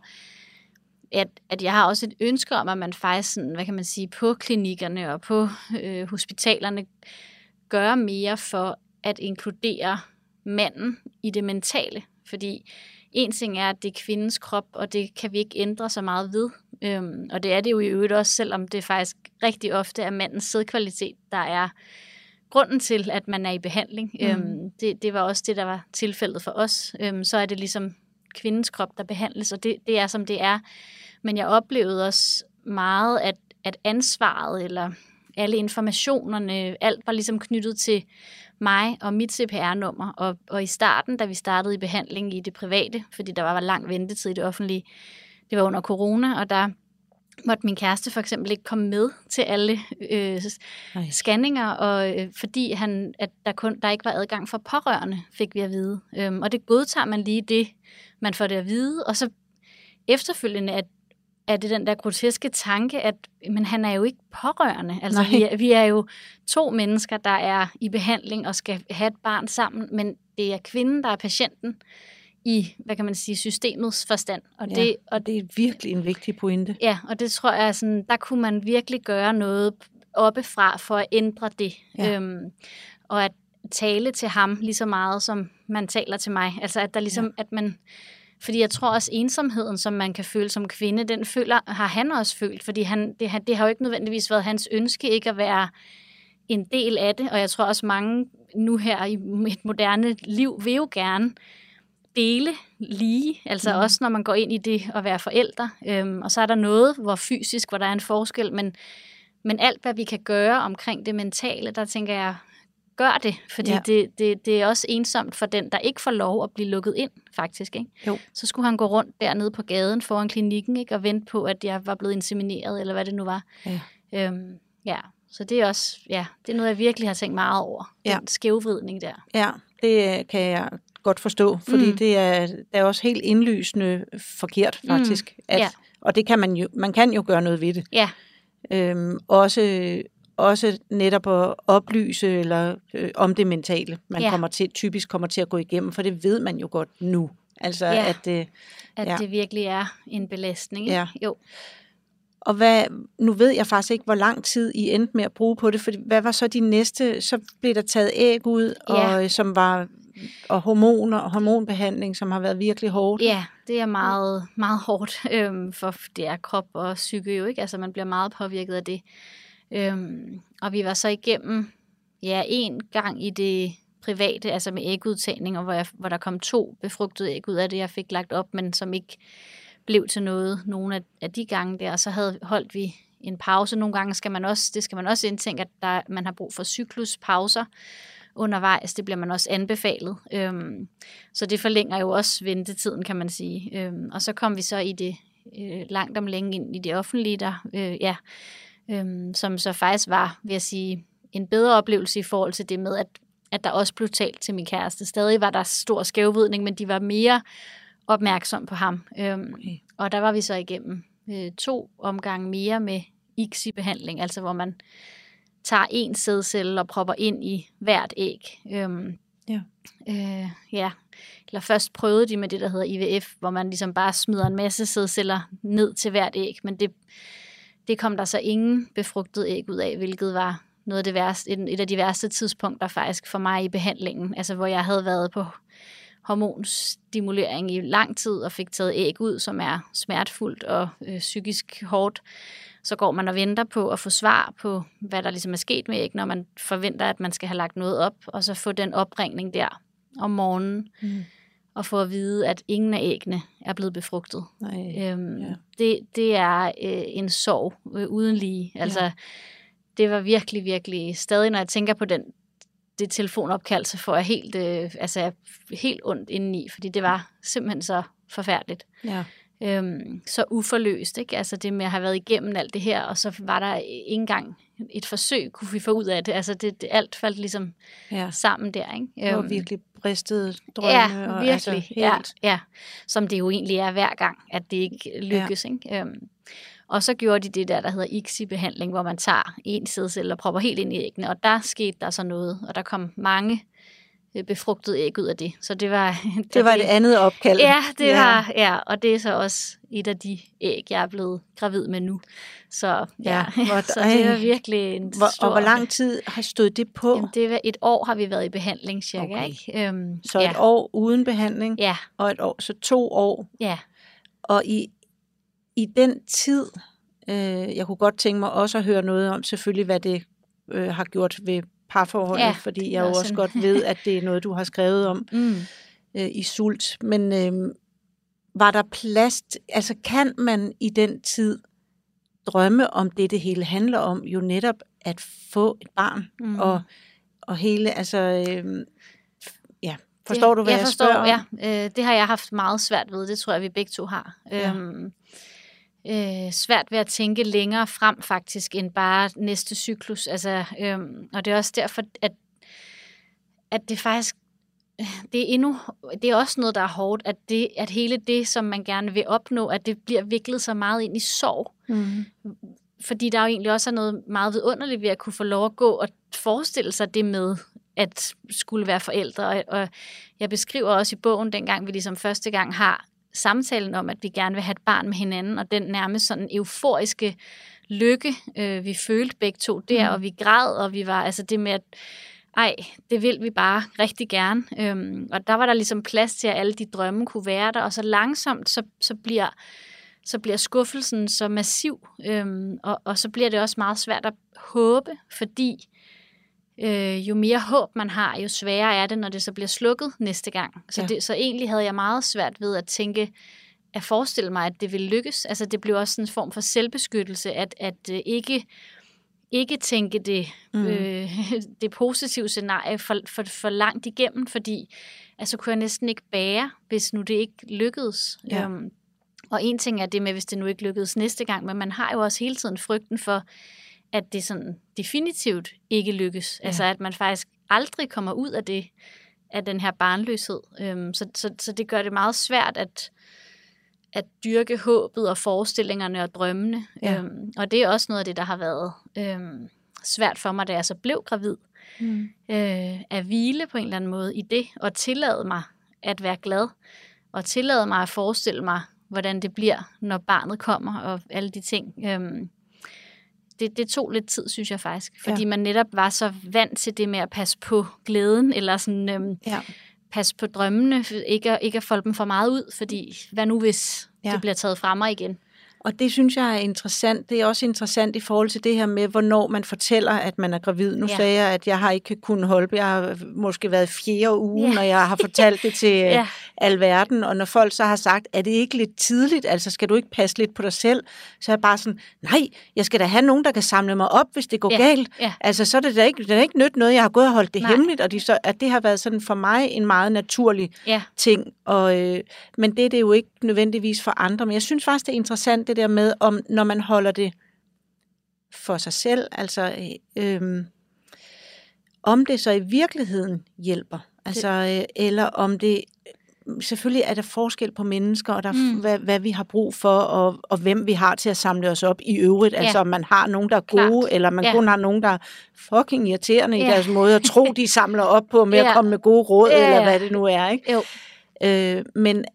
at jeg har også et ønske om, at man faktisk sådan, hvad kan man sige, på klinikkerne og på hospitalerne gør mere for at inkludere manden i det mentale, fordi en ting er, at det er kvindens krop, og det kan vi ikke ændre så meget ved. Og det er det jo i øvrigt også, selvom det faktisk rigtig ofte er mandens sædkvalitet, der er grunden til, at man er i behandling. Det var også det, der var tilfældet for os. Så er det ligesom kvindens krop, der behandles, og det er, som det er. Men jeg oplevede også meget, at ansvaret, eller alle informationerne, alt var ligesom knyttet til mig og mit CPR-nummer, og i starten, da vi startede i behandling i det private, fordi der var lang ventetid i det offentlige, det var under corona, og der måtte min kæreste for eksempel ikke komme med til alle scanninger, og fordi at der ikke var adgang for pårørende, fik vi at vide. Og det godtager man lige det, man får det at vide, og så efterfølgende er det den der groteske tanke, at men han er jo ikke pårørende. Altså vi er jo 2 mennesker, der er i behandling og skal have et barn sammen, men det er kvinden, der er patienten i, hvad kan man sige, systemets forstand. Og det er virkelig en vigtig pointe. Ja, og det tror jeg, sådan, der kunne man virkelig gøre noget oppefra for at ændre det. Ja. Og at tale til ham lige så meget, som man taler til mig. Altså at der ligesom, at man... Fordi jeg tror også ensomheden, som man kan føle som kvinde, den har han også følt, fordi det har jo ikke nødvendigvis været hans ønske ikke at være en del af det, og jeg tror også mange nu her i et moderne liv vil jo gerne dele lige, altså også når man går ind i det at være forældre, og så er der noget, hvor der er en forskel, men alt hvad vi kan gøre omkring det mentale, der tænker jeg, gør det, fordi det er også ensomt for den, der ikke får lov at blive lukket ind, faktisk. Ikke? Jo. Så skulle han gå rundt dernede på gaden foran klinikken, ikke? Og vente på, at jeg var blevet insemineret, eller hvad det nu var. Ja. Så det er også, det er noget, jeg virkelig har tænkt meget over, den skævvridning der. Ja, det kan jeg godt forstå, fordi det er også helt indlysende forkert, faktisk. Og det kan man kan jo gøre noget ved det. Ja. Også netop at oplyse eller om det mentale, man typisk kommer til at gå igennem, for det ved man jo godt nu. Altså, at det virkelig er en belastning. Ikke? Ja. Jo. Og nu ved jeg faktisk ikke, hvor lang tid I endte med at bruge på det, for hvad var så de næste? Så blev der taget æg ud, og hormonbehandling, som har været virkelig hårdt. Ja, det er meget, meget hårdt, for det er krop og psyke jo, ikke? Altså man bliver meget påvirket af det. Og vi var så igennem, en gang i det private, altså med ægudtagning, og hvor der kom 2 befrugtede æg ud af det, jeg fik lagt op, men som ikke blev til noget, nogle af de gange der, og så holdt vi en pause. Nogle gange skal man også indtænke, at man har brug for cykluspauser undervejs. Det bliver man også anbefalet. Så det forlænger jo også ventetiden, kan man sige. Og så kom vi så i det langt om længe ind i det offentlige, som så faktisk var, vil jeg sige, en bedre oplevelse i forhold til det med, at der også blev talt til min kæreste. Stadig var der stor skævvridning, men de var mere opmærksom på ham. Og der var vi så igennem 2 omgange mere med ICSI-behandling, altså hvor man tager en sædcelle og propper ind i hvert æg. Eller først prøvede de med det, der hedder IVF, hvor man ligesom bare smider en masse sædceller ned til hvert æg, men det kom der så ingen befrugtet æg ud af, hvilket var noget af det værste, et af de værste tidspunkter faktisk for mig i behandlingen, altså hvor jeg havde været på hormonstimulering i lang tid og fik taget æg ud, som er smertefuldt og psykisk hårdt. Så går man og venter på at få svar på, hvad der ligesom er sket med æg, når man forventer, at man skal have lagt noget op, og så få den opringning der om morgenen, og få at vide, at ingen af æggene er blevet befrugtet. Det er en sorg uden lige. Altså, det var virkelig, virkelig stadig, når jeg tænker på det telefonopkald, så får jeg helt ondt indeni, fordi det var simpelthen så forfærdeligt. Ja. Så uforløst, ikke? Altså det med at have været igennem alt det her, og så var der ikke engang et forsøg, kunne vi få ud af det. Altså det alt faldt ligesom sammen der, ikke? Det var virkelig bristede drømme. Ja, virkelig. Altså helt... Som det jo egentlig er hver gang, at det ikke lykkes, ikke? Og så gjorde de det der hedder ICSI-behandling, hvor man tager en sædcelle og propper helt ind i æggene, og der skete der så noget, og der kom mange befrugtede æg ud af det. Så det var det andet opkald. Ja, det var, og det er så også et af de æg, jeg er blevet gravid med nu. Så så det var virkelig en stor... Og hvor lang tid har stået det på? Jamen, det var 1 år har vi været i behandling cirka, ikke? Så 1 år uden behandling, og 1 år, så 2 år. Ja. Og i den tid, jeg kunne godt tænke mig også at høre noget om selvfølgelig, hvad det har gjort ved parforholdet, fordi jeg jo også godt ved, at det er noget, du har skrevet om i Sult. Men var der plads, altså kan man i den tid drømme om det hele handler om, jo netop at få et barn, og hele, altså, forstår du, hvad jeg spørger om? Ja, det har jeg haft meget svært ved, det tror jeg, vi begge to har. Svært ved at tænke længere frem faktisk, end bare næste cyklus. Altså, og det er også derfor, at det faktisk, det er også noget, der er hårdt, at hele det, som man gerne vil opnå, at det bliver viklet så meget ind i sorg. Fordi der jo egentlig også er noget meget vidunderligt ved at kunne få lov at gå og forestille sig det med, at skulle være forældre. Og jeg beskriver også i bogen, dengang vi ligesom første gang har samtalen om, at vi gerne vil have et barn med hinanden, og den nærmest sådan euforiske lykke, vi følte begge to der, og vi græd, og vi var, altså det med, at det vil vi bare rigtig gerne. Og der var der ligesom plads til, at alle de drømme kunne være der, og så langsomt, så bliver skuffelsen så massiv, og så bliver det også meget svært at håbe, fordi jo mere håb man har, jo sværere er det, når det så bliver slukket næste gang. Så egentlig havde jeg meget svært ved at tænke, at forestille mig, at det ville lykkes. Altså det blev også en form for selvbeskyttelse, at ikke tænke det positive scenarie for langt igennem, fordi altså kunne jeg næsten ikke bære, hvis nu det ikke lykkedes. Ja. Og en ting er det med, hvis det nu ikke lykkedes næste gang, men man har jo også hele tiden frygten for, at det sådan definitivt ikke lykkes. Ja. Altså at man faktisk aldrig kommer ud af den her barnløshed. Så det gør det meget svært at dyrke håbet og forestillingerne og drømmene. Ja. Og det er også noget af det, der har været svært for mig, da jeg så blev gravid. At hvile på en eller anden måde i det, og tillade mig at være glad, og tillade mig at forestille mig, hvordan det bliver, når barnet kommer, og alle de ting. Det tog lidt tid, synes jeg faktisk, fordi man netop var så vant til det med at passe på glæden, eller sådan passe på drømmene, ikke at folde dem for meget ud, fordi hvad nu hvis det bliver taget fra mig igen? Og det synes jeg er interessant. Det er også interessant i forhold til det her med, hvornår man fortæller, at man er gravid. Nu sagde jeg, at jeg har ikke kunnet holde. Jeg har måske været 4. uge, når jeg har fortalt det til alverden. Og når folk så har sagt, er det ikke lidt tidligt? Altså, skal du ikke passe lidt på dig selv? Så er jeg bare sådan, nej, jeg skal da have nogen, der kan samle mig op, hvis det går galt. Altså, så er det da ikke nyt noget. Jeg har gået og holdt det hemmeligt, og at det har været sådan for mig en meget naturlig ting. Men det er det jo ikke nødvendigvis for andre. Men jeg synes faktisk, det er interessant, det der med, når man holder det for sig selv, altså om det så i virkeligheden hjælper, altså, eller om det, selvfølgelig er der forskel på mennesker, og der, hvad vi har brug for, og hvem vi har til at samle os op i øvrigt, altså om man har nogen, der er gode, eller man kun har nogen, der er fucking irriterende i deres måde at tro, de samler op på, med at komme med gode råd, eller hvad det nu er, ikke? Jo. Men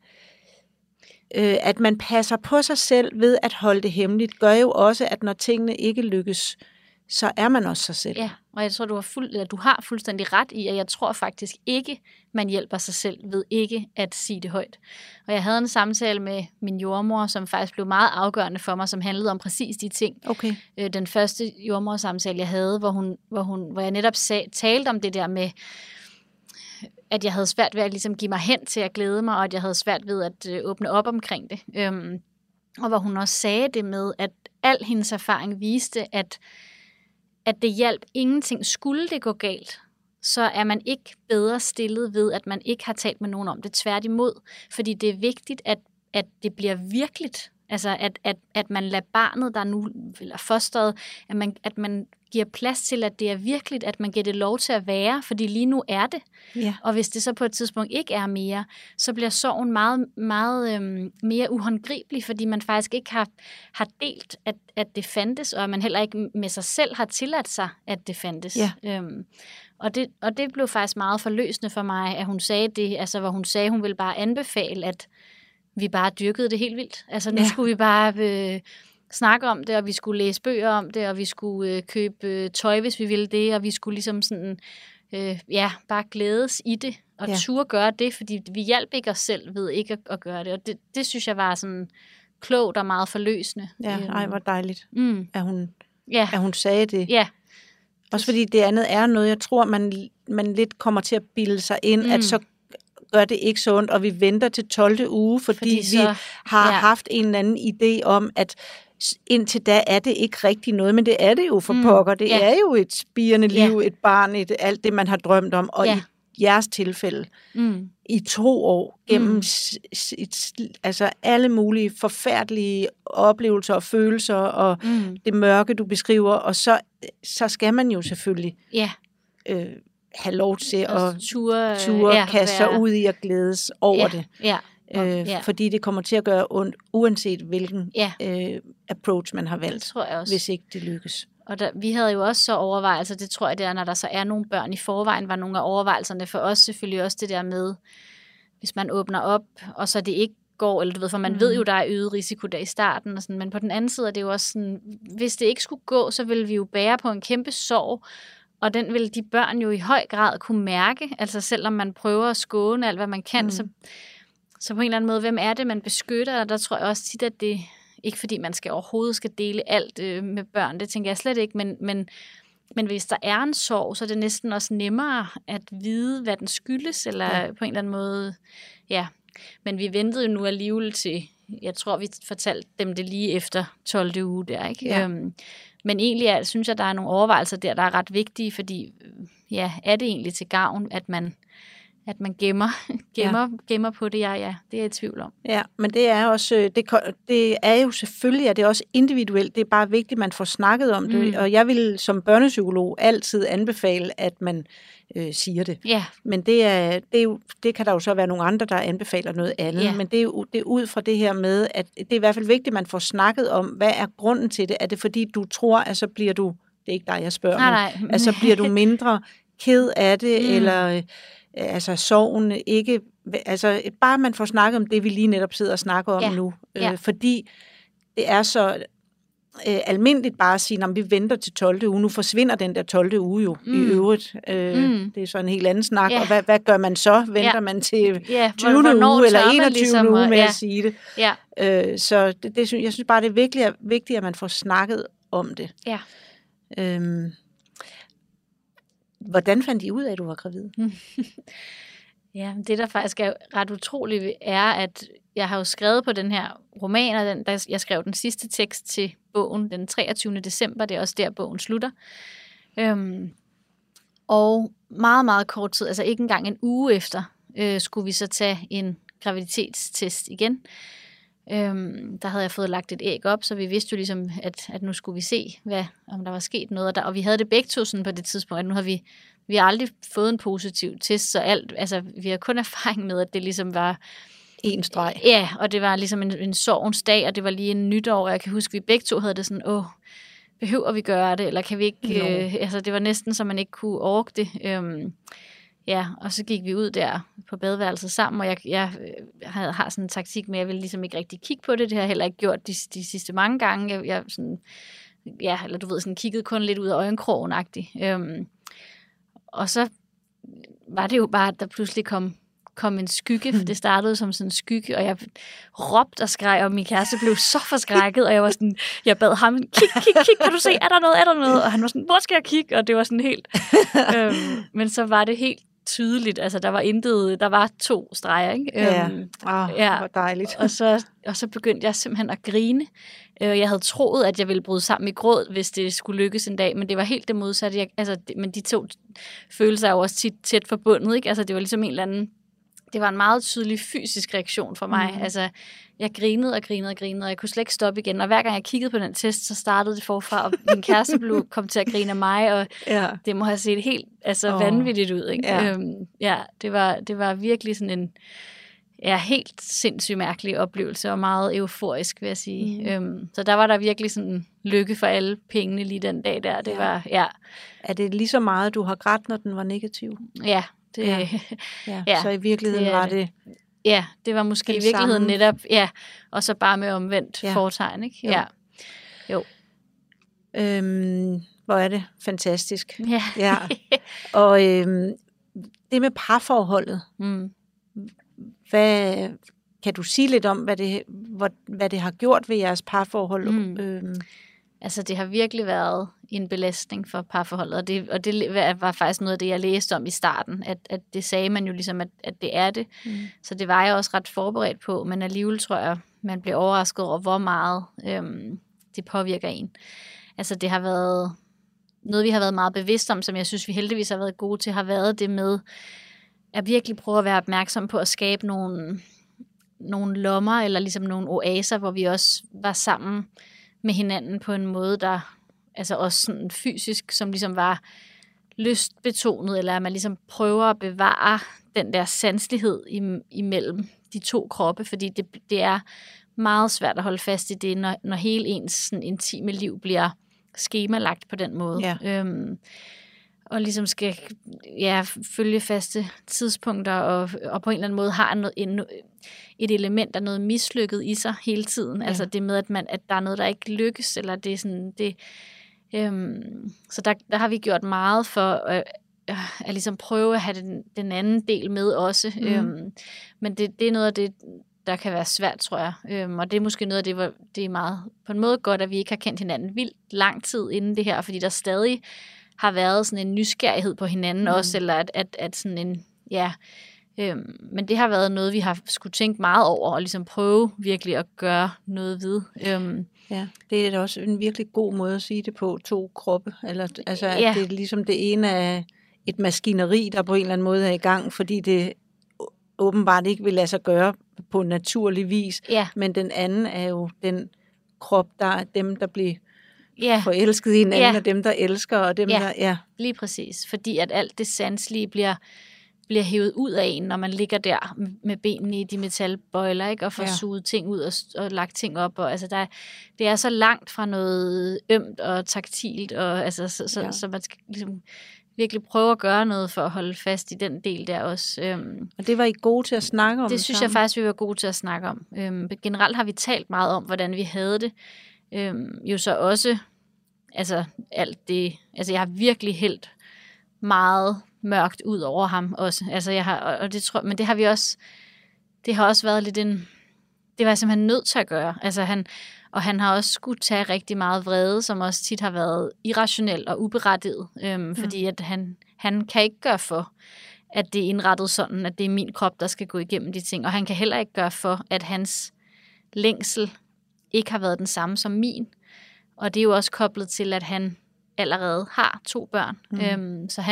at man passer på sig selv ved at holde det hemmeligt, gør jo også, at når tingene ikke lykkes, så er man også sig selv. Ja, og jeg tror, du har fuldstændig ret i, at jeg tror faktisk ikke, man hjælper sig selv ved ikke at sige det højt. Og jeg havde en samtale med min jordmor, som faktisk blev meget afgørende for mig, som handlede om præcis de ting. Okay. Den første jordmorsamtale, jeg havde, hvor jeg netop talte om det der med, at jeg havde svært ved at ligesom give mig hen til at glæde mig, og at jeg havde svært ved at åbne op omkring det. Og hvor hun også sagde det med, at al hendes erfaring viste, at det hjalp ingenting. Skulle det gå galt, så er man ikke bedre stillet ved, at man ikke har talt med nogen om det. Tværtimod, fordi det er vigtigt, at det bliver virkeligt. Altså, at man lader barnet, der nu, eller fosteret, at man giver plads til, at det er virkeligt, at man giver det lov til at være, fordi lige nu er det. Ja. Og hvis det så på et tidspunkt ikke er mere, så bliver sorgen meget, meget mere uhåndgribelig, fordi man faktisk ikke har delt, at det fandtes, og man heller ikke med sig selv har tilladt sig, at det fandtes. Ja. Og det blev faktisk meget forløsende for mig, at hun sagde det, altså hvor hun sagde, hun ville bare anbefale, at vi bare dyrkede det helt vildt. Altså nu skulle vi bare snakke om det, og vi skulle læse bøger om det, og vi skulle købe tøj, hvis vi ville det, og vi skulle ligesom sådan, bare glædes i det, og turde gøre det, fordi vi hjalp ikke os selv ved ikke at gøre det. Og det synes jeg var sådan klogt og meget forløsende. Ja, ej, hvor dejligt, at hun sagde det. Ja. Også fordi det andet er noget, jeg tror, man lidt kommer til at bilde sig ind, at så gør det ikke så ondt, og vi venter til 12. uge, fordi vi har haft en eller anden idé om, at indtil da er det ikke rigtig noget, men det er det jo for pokker. Det er jo et spirende liv, et barn, alt det, man har drømt om, og i jeres tilfælde, i 2 år, gennem altså alle mulige forfærdelige oplevelser og følelser, og det mørke, du beskriver, og så skal man jo selvfølgelig have lov til at ture kaste sig ud i at glædes over det. Fordi det kommer til at gøre ondt, uanset hvilken approach man har valgt, hvis ikke det lykkes. Og vi havde jo også så overvejelser, det tror jeg det er, når der så er nogle børn i forvejen, var nogle af overvejelserne for os selvfølgelig også det der med, hvis man åbner op, og så det ikke går, eller du ved, for man ved jo, der er øget risiko der i starten, og sådan, men på den anden side er det jo også sådan, hvis det ikke skulle gå, så ville vi jo bære på en kæmpe sorg, og den vil de børn jo i høj grad kunne mærke, altså selvom man prøver at skåne alt, hvad man kan, så på en eller anden måde, hvem er det, man beskytter, og der tror jeg også tit, at det ikke fordi man overhovedet skal dele alt med børn, det tænker jeg slet ikke, men hvis der er en sorg, så er det næsten også nemmere at vide, hvad den skyldes, eller på en eller anden måde, men vi ventede jo nu alligevel til, jeg tror vi fortalte dem det lige efter 12. uge der, ikke? Men egentlig synes jeg, der er nogle overvejelser der er ret vigtige, fordi er det egentlig til gavn, at man gemmer på det, det er jeg i tvivl om. Ja, men det er også, det er jo selvfølgelig, at det er også individuelt. Det er bare vigtigt, at man får snakket om det. Og jeg vil som børnepsykolog altid anbefale, at man siger det. Ja. Men det kan der jo så være nogle andre, der anbefaler noget andet. Ja. Men det er ud fra det her med, at det er i hvert fald vigtigt, at man får snakket om, hvad er grunden til det? Er det fordi, du tror, at så bliver du, det er ikke dig, jeg spørger nej. at så bliver du mindre ked af det, eller altså sorgen ikke, altså bare man får snakket om det, vi lige netop sidder og snakker om nu. Fordi det er så almindeligt bare at sige, at vi venter til 12. uge. Nu forsvinder den der 12. uge jo i øvrigt. Det er så en helt anden snak. Og hvad gør man så? Venter man til 20. uge eller 21. Ligesom, uge med at sige det? Ja. Så jeg synes bare, det er vigtigt, at man får snakket om det. Ja. Hvordan fandt I ud af, at du var gravid? Ja, det der faktisk er ret utroligt, er, at jeg har jo skrevet på den her roman, og jeg skrev den sidste tekst til bogen den 23. december, det er også der, bogen slutter. Og meget, meget kort tid, altså ikke engang en uge efter, skulle vi så tage en graviditetstest igen. Der havde jeg fået lagt et æg op, så vi vidste jo ligesom, at nu skulle vi se, om der var sket noget. Og vi havde det begge to sådan på det tidspunkt, at nu har vi har aldrig fået en positiv test, så altså vi har kun erfaring med, at det ligesom var en streg. Ja, og det var ligesom en sorgens dag, og det var lige en nytår, og jeg kan huske, at vi begge to havde det sådan, behøver vi gøre det, eller kan vi ikke, altså det var næsten, så man ikke kunne orke det. Og så gik vi ud der på badeværelset sammen, og jeg har sådan en taktik med, at jeg ville ligesom ikke rigtig kigge på det. Det har jeg heller ikke gjort de sidste mange gange. Jeg sådan, eller du ved, sådan kiggede kun lidt ud af øjenkrogen-agtigt. Og så var det jo bare, at der pludselig kom en skygge, for det startede som sådan en skygge, og jeg råbte og skreg, og min kæreste blev så forskrækket, og jeg bad ham, kig, kan du se, er der noget? Og han var sådan, hvor skal jeg kigge? Og det var sådan helt, men så var det helt tydeligt, altså der var 2 streger, ikke? Hvor dejligt. Og så begyndte jeg simpelthen at grine. Jeg havde troet, at jeg ville bryde sammen i gråd, hvis det skulle lykkes en dag, men det var helt det modsatte. Men de 2 følelser er jo også tæt forbundet, ikke? Altså det var ligesom en eller anden, det var en meget tydelig fysisk reaktion for mig. Altså, jeg grinede, og jeg kunne slet ikke stoppe igen. Og hver gang jeg kiggede på den test, så startede det forfra, og min kæreste kom til at grine af mig, og det må have set helt vanvittigt ud. Ikke? Det var virkelig sådan en helt sindssygt mærkelig oplevelse, og meget euforisk, vil jeg sige. Så der var der virkelig sådan lykke for alle pengene lige den dag der. Det var, Er det lige så meget, du har grædt, når den var negativ? Ja. Så i virkeligheden var det... Ja, det var måske i virkeligheden netop, og så bare med omvendt foretegn, ikke? Jo. Hvor er det fantastisk. Ja. Og det med parforholdet, kan du sige lidt om, hvad det har gjort ved jeres parforhold? Altså, det har virkelig været en belastning for parforholdet, og det var faktisk noget af det, jeg læste om i starten, at det sagde man jo ligesom, at det er det. Så det var jeg også ret forberedt på, men alligevel tror jeg, man bliver overrasket over, hvor meget det påvirker en. Altså, det har været noget, vi har været meget bevidste om, som jeg synes, vi heldigvis har været gode til, har været det med at virkelig prøve at være opmærksom på at skabe nogle lommer, eller ligesom nogle oaser, hvor vi også var sammen med hinanden på en måde, der altså også sådan fysisk, som ligesom var lystbetonet, eller at man ligesom prøver at bevare den der sanselighed imellem de 2 kroppe, fordi det er meget svært at holde fast i det, når hele ens sådan intime liv bliver skemalagt på den måde. Ja. Og ligesom skal følge faste tidspunkter, og på en eller anden måde har et element af noget mislykket i sig hele tiden. Ja. Altså det med, at der er noget, der ikke lykkes, eller det er sådan... så der har vi gjort meget for at ligesom prøve at have den anden del med også. Men det er noget af det, der kan være svært, tror jeg. Og det er måske noget af det, hvor det er meget på en måde godt, at vi ikke har kendt hinanden vildt lang tid inden det her, fordi der stadig har været sådan en nysgerrighed på hinanden også, eller at sådan en, Men det har været noget, vi har skulle tænke meget over, og ligesom prøve virkelig at gøre noget ved. Ja, det er da også en virkelig god måde at sige det på, 2 kroppe. Eller, altså, at det er ligesom det ene af et maskineri, der på en eller anden måde er i gang, fordi det åbenbart ikke vil lade sig gøre på naturlig vis. Ja. Men den anden er jo den krop, der er dem, der bliver forelsket i hinanden, og dem, der elsker, og dem, der... Ja, lige præcis. Fordi at alt det sanselige bliver hævet ud af en, når man ligger der med benene i de metalbøjler, ikke? Og får suget ting ud og lagt ting op. Og, altså, det er så langt fra noget ømt og taktilt, og, altså, så man skal ligesom virkelig prøve at gøre noget for at holde fast i den del der også. Og det var I gode til at snakke om? Det synes jeg faktisk, vi var gode til at snakke om. Generelt har vi talt meget om, hvordan vi havde det. Jo så også, altså alt det, altså jeg har virkelig hældt meget mørkt ud over ham også. Altså jeg har, og det tror, men det har vi også, det har også været lidt det var jeg simpelthen nødt til at gøre. Altså han har også skulle tage rigtig meget vrede, som også tit har været irrationel og uberettiget, fordi at han kan ikke gøre for, at det er indrettet sådan, at det er min krop, der skal gå igennem de ting, og han kan heller ikke gøre for, at hans længsel ikke har været den samme som min, og det er jo også koblet til, at han allerede har 2 børn, så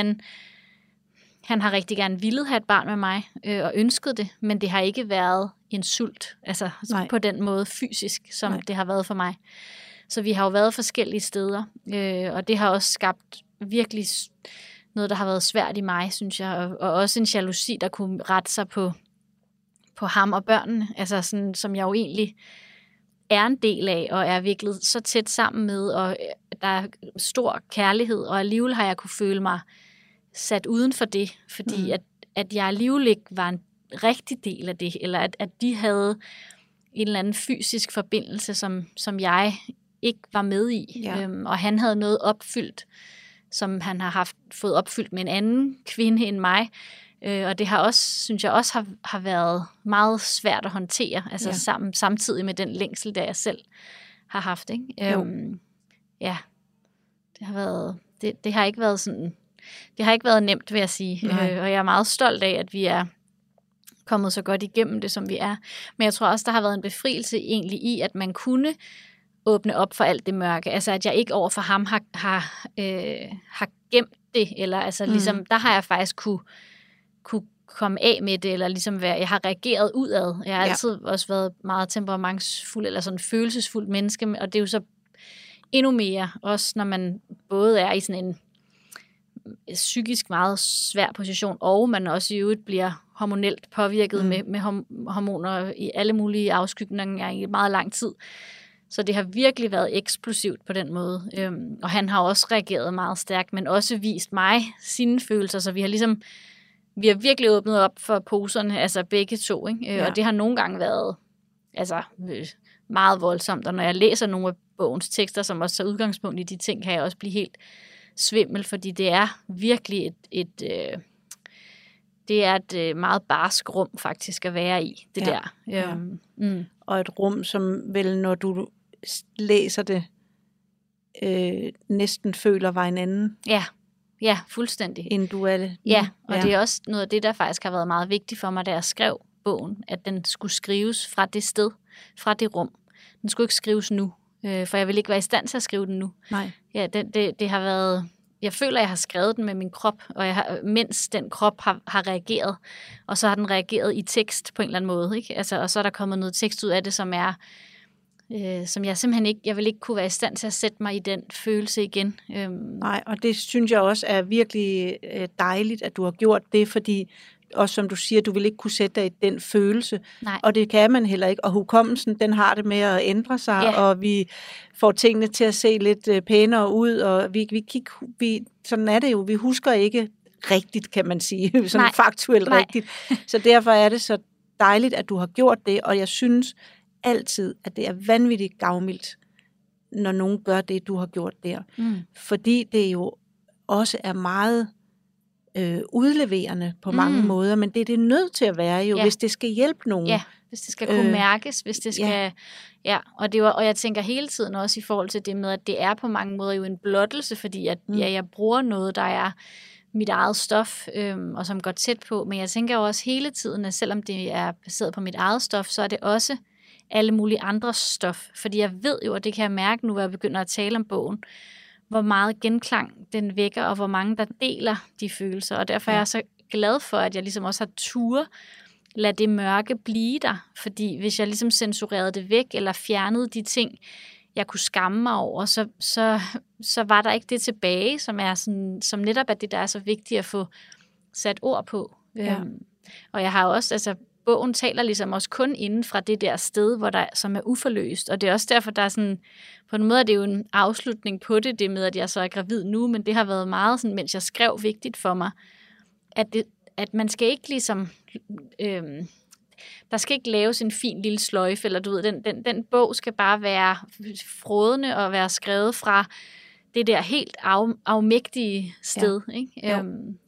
han har rigtig gerne villet have et barn med mig, og ønsket det, men det har ikke været en sult, altså på den måde fysisk, som det har været for mig. Så vi har jo været forskellige steder, og det har også skabt virkelig noget, der har været svært i mig, synes jeg, og også en jalousi, der kunne rette sig på ham og børnene, altså sådan, som jeg jo egentlig er en del af, og er viklet så tæt sammen med, og der er stor kærlighed, og alligevel har jeg kunne føle mig sat uden for det, fordi at jeg alligevel ikke var en rigtig del af det, eller at de havde en eller anden fysisk forbindelse, som jeg ikke var med i, og han havde noget opfyldt, som han har fået opfyldt med en anden kvinde end mig, og det har også, synes jeg også har været meget svært at håndtere, altså samtidig med den længsel, der jeg selv har haft, ikke? Ja, det har været, det har ikke været sådan, det har ikke været nemt, vil jeg sige, og jeg er meget stolt af, at vi er kommet så godt igennem det, som vi er. Men jeg tror også, der har været en befrielse egentlig i, at man kunne åbne op for alt det mørke. Altså, at jeg ikke over for ham har gemt det, eller altså ligesom, der har jeg faktisk kunne komme af med det, eller ligesom jeg har reageret udad. Jeg har altid også været meget temperamentsfuld, eller sådan følelsesfuld menneske, og det er jo så endnu mere, også når man både er i sådan en psykisk meget svær position, og man også i øvrigt bliver hormonelt påvirket med hormoner i alle mulige afskygninger i meget lang tid. Så det har virkelig været eksplosivt på den måde. Og han har også reageret meget stærkt, men også vist mig sine følelser, så vi har virkelig åbnet op for poserne, altså begge to, ikke? Og det har nogle gange været meget voldsomt, og når jeg læser nogle af bogens tekster, som også tager udgangspunkt i de ting, kan jeg også blive helt svimmel, fordi det er virkelig det er et meget barsk rum faktisk at være i, det der. Og et rum, som vel, når du læser det, næsten føler var en anden. Ja, fuldstændig. End du er det. Ja, og det er også noget af det, der faktisk har været meget vigtigt for mig, da jeg skrev bogen, at den skulle skrives fra det sted, fra det rum. Den skulle ikke skrives nu, for jeg vil ikke være i stand til at skrive den nu. Nej. Ja, det har været... Jeg føler, at jeg har skrevet den med min krop, og mens den krop har reageret, og så har den reageret i tekst på en eller anden måde, ikke? Altså, og så er der kommet noget tekst ud af det, som jeg simpelthen ikke, jeg vil ikke kunne være i stand til at sætte mig i den følelse igen. Nej, og det synes jeg også er virkelig dejligt, at du har gjort det, fordi også som du siger, du vil ikke kunne sætte dig i den følelse. Nej. Og det kan man heller ikke. Og hukommelsen, den har det med at ændre sig, og vi får tingene til at se lidt pænere ud, og sådan er det jo. Vi husker ikke rigtigt, kan man sige, sådan faktuelt rigtigt. Så derfor er det så dejligt, at du har gjort det, og jeg synes altid, at det er vanvittigt gavmildt, når nogen gør det, du har gjort der. Fordi det jo også er meget udleverende på mange måder, men det er nødt til at være jo, hvis det skal hjælpe nogen. Ja, hvis det skal kunne mærkes, hvis det skal... Ja, og jeg tænker hele tiden også i forhold til det med, at det er på mange måder jo en blottelse, fordi at jeg bruger noget, der er mit eget stof, og som går tæt på. Men jeg tænker jo også hele tiden, at selvom det er baseret på mit eget stof, så er det også alle mulige andres stof. Fordi jeg ved jo, og det kan jeg mærke nu, hvor jeg begynder at tale om bogen, hvor meget genklang den vækker, og hvor mange der deler de følelser. Og derfor er jeg så glad for, at jeg ligesom også har tur lade det mørke blive der. Fordi hvis jeg ligesom censurerede det væk, eller fjernede de ting, jeg kunne skamme mig over, så var der ikke det tilbage, som netop er det, der er så vigtigt at få sat ord på. Ja. Og jeg har også, altså bogen taler ligesom også kun inden fra det der sted, som er uforløst. Og det er også derfor, der er sådan, på en måde er det jo en afslutning på det med, at jeg så er gravid nu, men det har været meget sådan, mens jeg skrev, vigtigt for mig, at man skal ikke ligesom, der skal ikke laves en fin lille sløjfe, eller du ved, den bog skal bare være frådende og være skrevet fra det der helt afmægtige sted, ikke?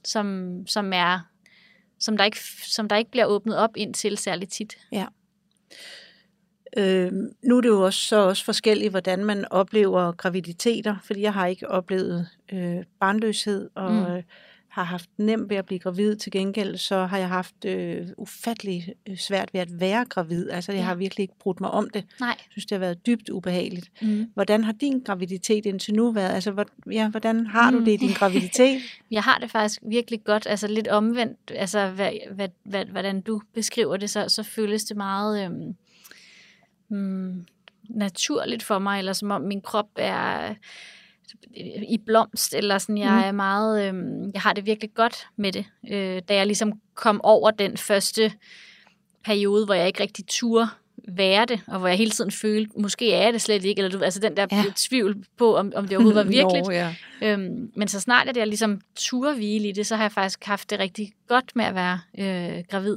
Som der ikke bliver åbnet op indtil særligt tit. Ja. Nu er det jo også forskelligt, hvordan man oplever graviditeter, fordi jeg har ikke oplevet barnløshed, og har haft nemt ved at blive gravid. Til gengæld så har jeg haft ufattelig svært ved at være gravid. Altså jeg har virkelig ikke brudt mig om det. Nej. Jeg synes, det har været dybt ubehageligt. Hvordan har din graviditet indtil nu været? Altså hvordan har du det i din graviditet? Jeg har det faktisk virkelig godt. Altså lidt omvendt. Altså hvordan du beskriver det, så føles det meget naturligt for mig, eller som om min krop er i blomst, eller sådan, jeg er meget, jeg har det virkelig godt med det. Da jeg ligesom kom over den første periode, hvor jeg ikke rigtig turde være det, og hvor jeg hele tiden følte, måske er jeg det slet ikke, eller altså den der tvivl på, om det overhovedet var virkeligt. Men så snart at jeg ligesom turde hvile i det, så har jeg faktisk haft det rigtig godt med at være gravid.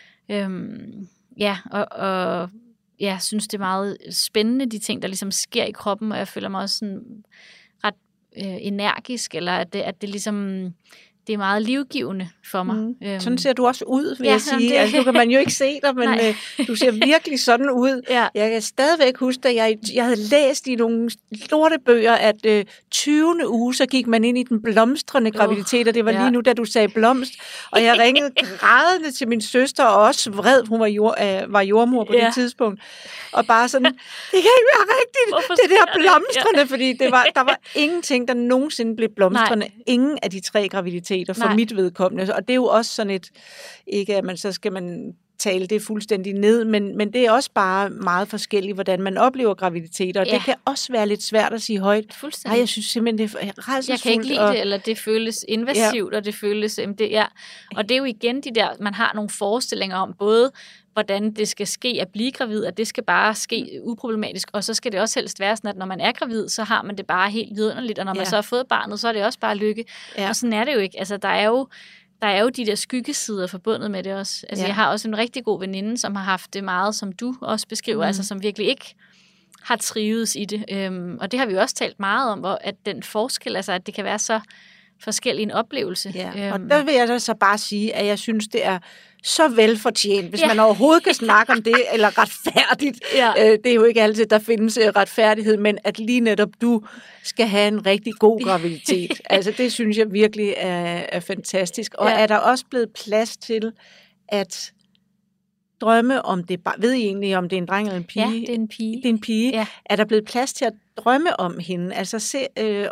Og jeg synes, det er meget spændende, de ting, der ligesom sker i kroppen, og jeg føler mig også sådan ret energisk, eller at det ligesom, det er meget livgivende for mig. Sådan ser du også ud, vil jeg sige. Det... Altså, nu kan man jo ikke se dig, men du ser virkelig sådan ud. Ja. Jeg kan stadigvæk huske, at jeg havde læst i nogle lortebøger, at 20. uge, så gik man ind i den blomstrende graviditet, og det var lige nu, da du sagde blomst. Og jeg ringede grædende til min søster, og også vred, hun var jordmor på det tidspunkt. Og bare sådan, det kan ikke være rigtigt, det der blomstrende, fordi der var ingenting, der nogensinde blev blomstrende. Ingen af de 3 graviditeter for mit vedkommende. Og det er jo også sådan et, ikke at man så skal man tale det fuldstændig ned, men det er også bare meget forskelligt, hvordan man oplever graviditeter, og det kan også være lidt svært at sige højt. Fuldstændig. Jeg synes simpelthen, det er rædselsfuldt. Jeg kan ikke lide det, eller det føles invasivt, og det føles, og det er jo igen de der, man har nogle forestillinger om, både hvordan det skal ske at blive gravid, at det skal bare ske uproblematisk, og så skal det også helst være sådan, at når man er gravid, så har man det bare helt vidunderligt, og når man så har fået barnet, så er det også bare lykke. Og sådan er det jo ikke. Altså, der er jo de der skyggesider forbundet med det også. Altså, jeg har også en rigtig god veninde, som har haft det meget, som du også beskriver, altså som virkelig ikke har trivedes i det. Og det har vi jo også talt meget om, at den forskel, altså at det kan være så forskellig en oplevelse. Ja. Og der vil jeg så bare sige, at jeg synes, det er så velfortjent, hvis man overhovedet kan snakke om det, eller retfærdigt. Det er jo ikke altid, der findes retfærdighed, men at lige netop du skal have en rigtig god graviditet. Altså det synes jeg virkelig er fantastisk. Og er der også blevet plads til at drømme om det, ved I egentlig, om det er en dreng eller en pige? Ja, det er en pige. Det er en pige. Ja. Er der blevet plads til at drømme om hende? Altså se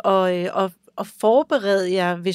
og forberede jer, hvis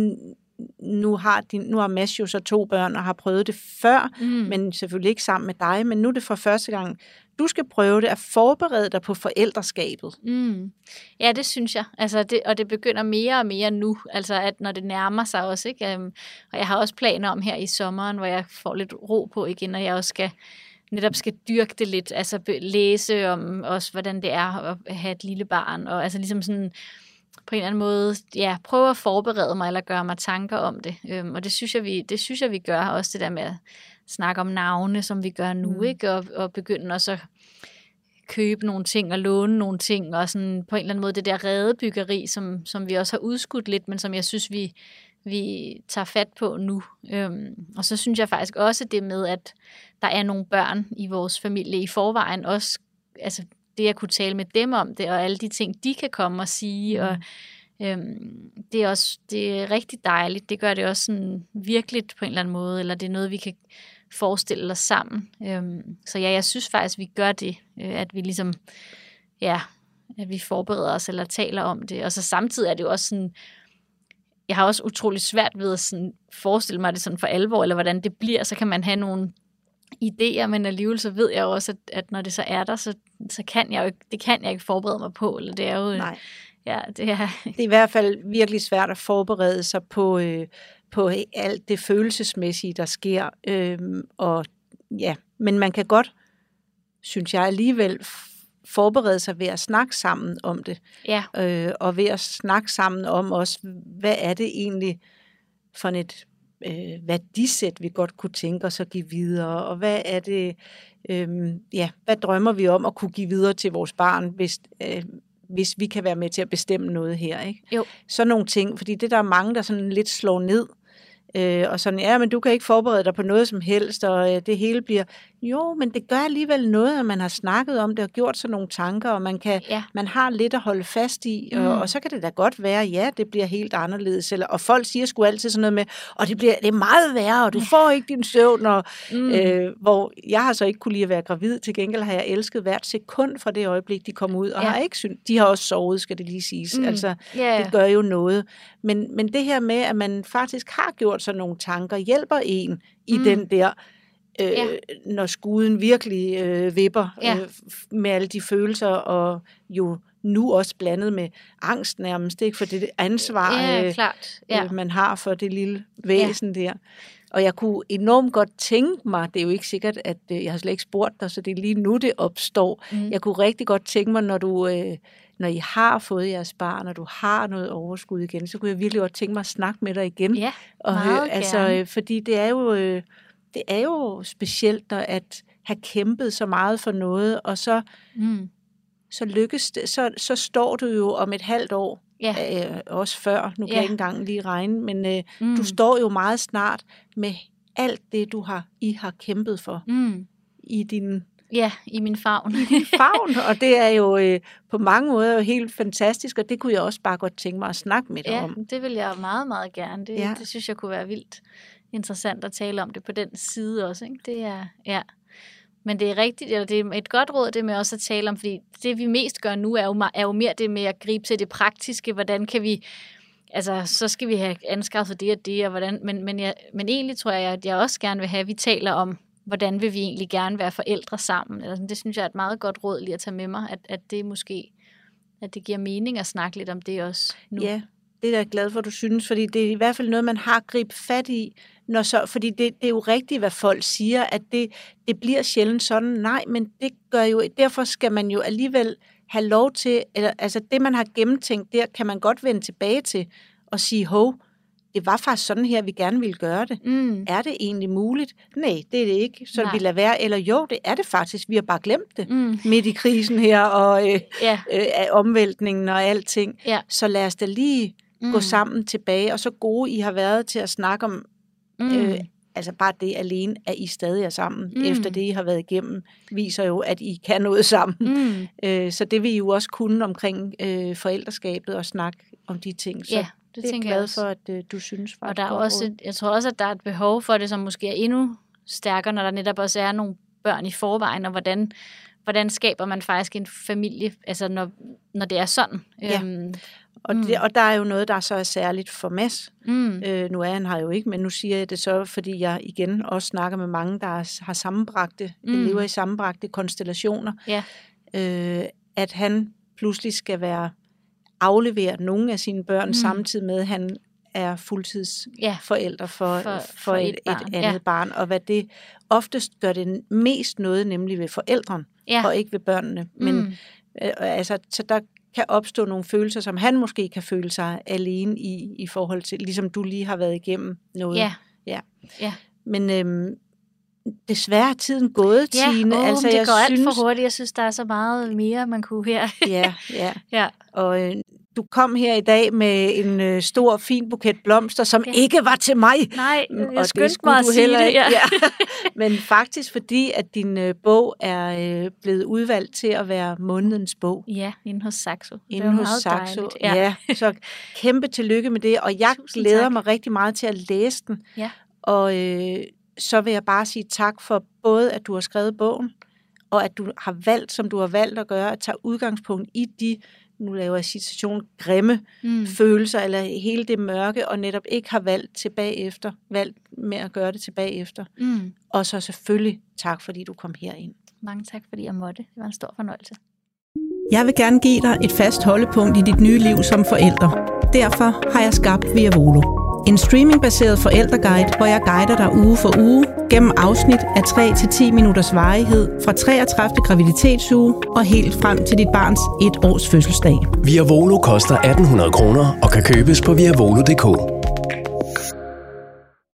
nu har Mads jo så 2 børn og har prøvet det før, men selvfølgelig ikke sammen med dig, men nu er det for første gang. Du skal prøve det at forberede dig på forældreskabet. Ja, det synes jeg. Altså og det begynder mere og mere nu, altså at når det nærmer sig også, ikke? Og jeg har også planer om her i sommeren, hvor jeg får lidt ro på igen, og jeg også netop skal dyrke det lidt, altså læse om også, hvordan det er at have et lille barn, og altså ligesom sådan på en eller anden måde, prøve at forberede mig, eller gøre mig tanker om det. Og det synes jeg, vi gør, også det der med at snakke om navne, som vi gør nu, ikke? Og begynde også at købe nogle ting og låne nogle ting, og sådan på en eller anden måde det der redebyggeri, som vi også har udskudt lidt, men som jeg synes, vi tager fat på nu. Og så synes jeg faktisk også det med, at der er nogle børn i vores familie i forvejen også, altså det at kunne tale med dem om det, og alle de ting, de kan komme og sige, og Det er rigtig dejligt. Det gør det også sådan virkeligt på en eller anden måde, eller det er noget, vi kan forestille os sammen. Så ja, jeg synes faktisk, vi gør det, at vi ligesom, at vi forbereder os eller taler om det. Og så samtidig er det jo også sådan, jeg har også utrolig svært ved at sådan forestille mig det sådan for alvor, eller hvordan det bliver, så kan man have nogle idéer, men alligevel så ved jeg jo også, at når det så er der, så kan jeg jo ikke, det kan jeg ikke forberede mig på, eller det er jo... Nej. Ja, det er i hvert fald virkelig svært at forberede sig på alt det følelsesmæssige, der sker. Men man kan godt, synes jeg alligevel, forberede sig ved at snakke sammen om det. Ja. Og ved at snakke sammen om også, hvad er det egentlig for et værdisæt, vi godt kunne tænke os at give videre, og hvad er det, hvad drømmer vi om at kunne give videre til vores barn, hvis vi kan være med til at bestemme noget her, ikke? Jo. Sådan nogle ting, fordi det der er mange, der sådan lidt slår ned, og sådan, men du kan ikke forberede dig på noget som helst, og det hele bliver, jo, men det gør alligevel noget, at man har snakket om det, og gjort sådan nogle tanker, og man har lidt at holde fast i, og så kan det da godt være, det bliver helt anderledes, og folk siger sgu altid sådan noget med, og det er meget værre, og du får ikke din søvn, og hvor jeg har så ikke kunne lide at være gravid, til gengæld har jeg elsket hvert sekund fra det øjeblik, de kom ud, og har ikke de har også sovet, skal det lige siges, det gør jo noget, men det her med, at man faktisk har gjort sådan nogle tanker, hjælper en i den der, når skuden virkelig vipper med alle de følelser, og jo nu også blandet med angst nærmest, ikke? For det ansvar, man har for det lille væsen der. Og jeg kunne enormt godt tænke mig, det er jo ikke sikkert, at jeg har slet ikke spurgt dig, så det er lige nu, det opstår. Jeg kunne rigtig godt tænke mig, når I har fået jeres barn, og du har noget overskud igen, så kunne jeg virkelig godt tænke mig at snakke med dig igen. Ja, meget gerne. Fordi det er jo specielt at have kæmpet så meget for noget, og så lykkes det, så står du jo om et halvt år, også før, nu kan jeg ikke engang lige regne, men du står jo meget snart med alt det, I har kæmpet for i din... Ja, i min favn. I din favn, og det er jo på mange måder jo helt fantastisk, og det kunne jeg også bare godt tænke mig at snakke med dig om. Ja, det vil jeg meget, meget gerne. Det synes jeg kunne være vildt interessant at tale om det på den side også. Ikke? Det er, men det er rigtigt, eller det er et godt råd, det med også at tale om, fordi det vi mest gør nu, er jo mere det med at gribe til det praktiske, hvordan kan vi, altså så skal vi have anskaffet det og det, og hvordan, men egentlig tror jeg, at jeg også gerne vil have, at vi taler om, hvordan vil vi egentlig gerne være forældre sammen. Eller sådan, det synes jeg er et meget godt råd lige at tage med mig, at det måske, at det giver mening at snakke lidt om det også nu. Ja, det er jeg glad for, du synes, fordi det er i hvert fald noget, man har gribet fat i, fordi det er jo rigtigt, hvad folk siger, at det bliver sjældent sådan. Nej, men det gør jo, derfor skal man jo alligevel have lov til, altså det man har gennemtænkt der, kan man godt vende tilbage til og sige, det var faktisk sådan her, vi gerne ville gøre det. Er det egentlig muligt? Nej, det er det ikke. Så vi lader være. Eller jo, det er det faktisk. Vi har bare glemt det midt i krisen her, og omvæltningen og alting. Ja. Så lad os da lige gå sammen tilbage, og så gode I har været til at snakke om, altså bare det alene, at I stadig er sammen, efter det I har været igennem, viser jo, at I kan noget sammen. Så det vil I jo også kunne omkring forældreskabet og snakke om de ting. Så det er jeg glad for, at du synes faktisk. Og der er også, jeg tror også, at der er et behov for det, som måske er endnu stærkere, når der netop også er nogle børn i forvejen, og hvordan skaber man faktisk en familie, altså når det er sådan. Ja. Og der er jo noget, der så er særligt for Mads. Nu er han her jo ikke, men nu siger jeg det så, fordi jeg igen også snakker med mange, der har sammenbragte, lever i sammenbragte konstellationer, at han pludselig skal aflevere nogle af sine børn, samtidig med, at han er fuldtidsforælder for et andet barn, og hvad det oftest gør det mest noget, nemlig ved forældren, og ikke ved børnene. Men altså, så der kan opstå nogle følelser, som han måske kan føle sig alene i forhold til, ligesom du lige har været igennem noget. Ja. Men desværre er tiden gået, Tine. Altså, det går alt for hurtigt. Jeg synes, der er så meget mere, man kunne her. Ja. Og du kom her i dag med en stor, fin buket blomster, som ikke var til mig. Nej, jeg skyndte mig at sige det. Ja. Men faktisk fordi, at din bog er blevet udvalgt til at være månedens bog. Ja, inde hos Saxo. Inde hos Saxo, ja. Så kæmpe tillykke med det, og jeg glæder mig rigtig meget til at læse den. Ja. Og så vil jeg bare sige tak for både, at du har skrevet bogen, og at du har valgt, som du har valgt at gøre, at tage udgangspunkt i de, nu laver jeg citation, grimme følelser, eller hele det mørke, og netop ikke har valgt med at gøre det tilbage efter. Og så selvfølgelig tak, fordi du kom herind. Mange tak, fordi jeg måtte. Det var en stor fornøjelse. Jeg vil gerne give dig et fast holdepunkt i dit nye liv som forælder. Derfor har jeg skabt Viavolo. En streamingbaseret forældreguide, hvor jeg guider dig uge for uge gennem afsnit af 3-10 minutters varighed fra 33. graviditetsuge og helt frem til dit barns 1 års fødselsdag. Viavolo koster 1.800 kroner og kan købes på viavolo.dk.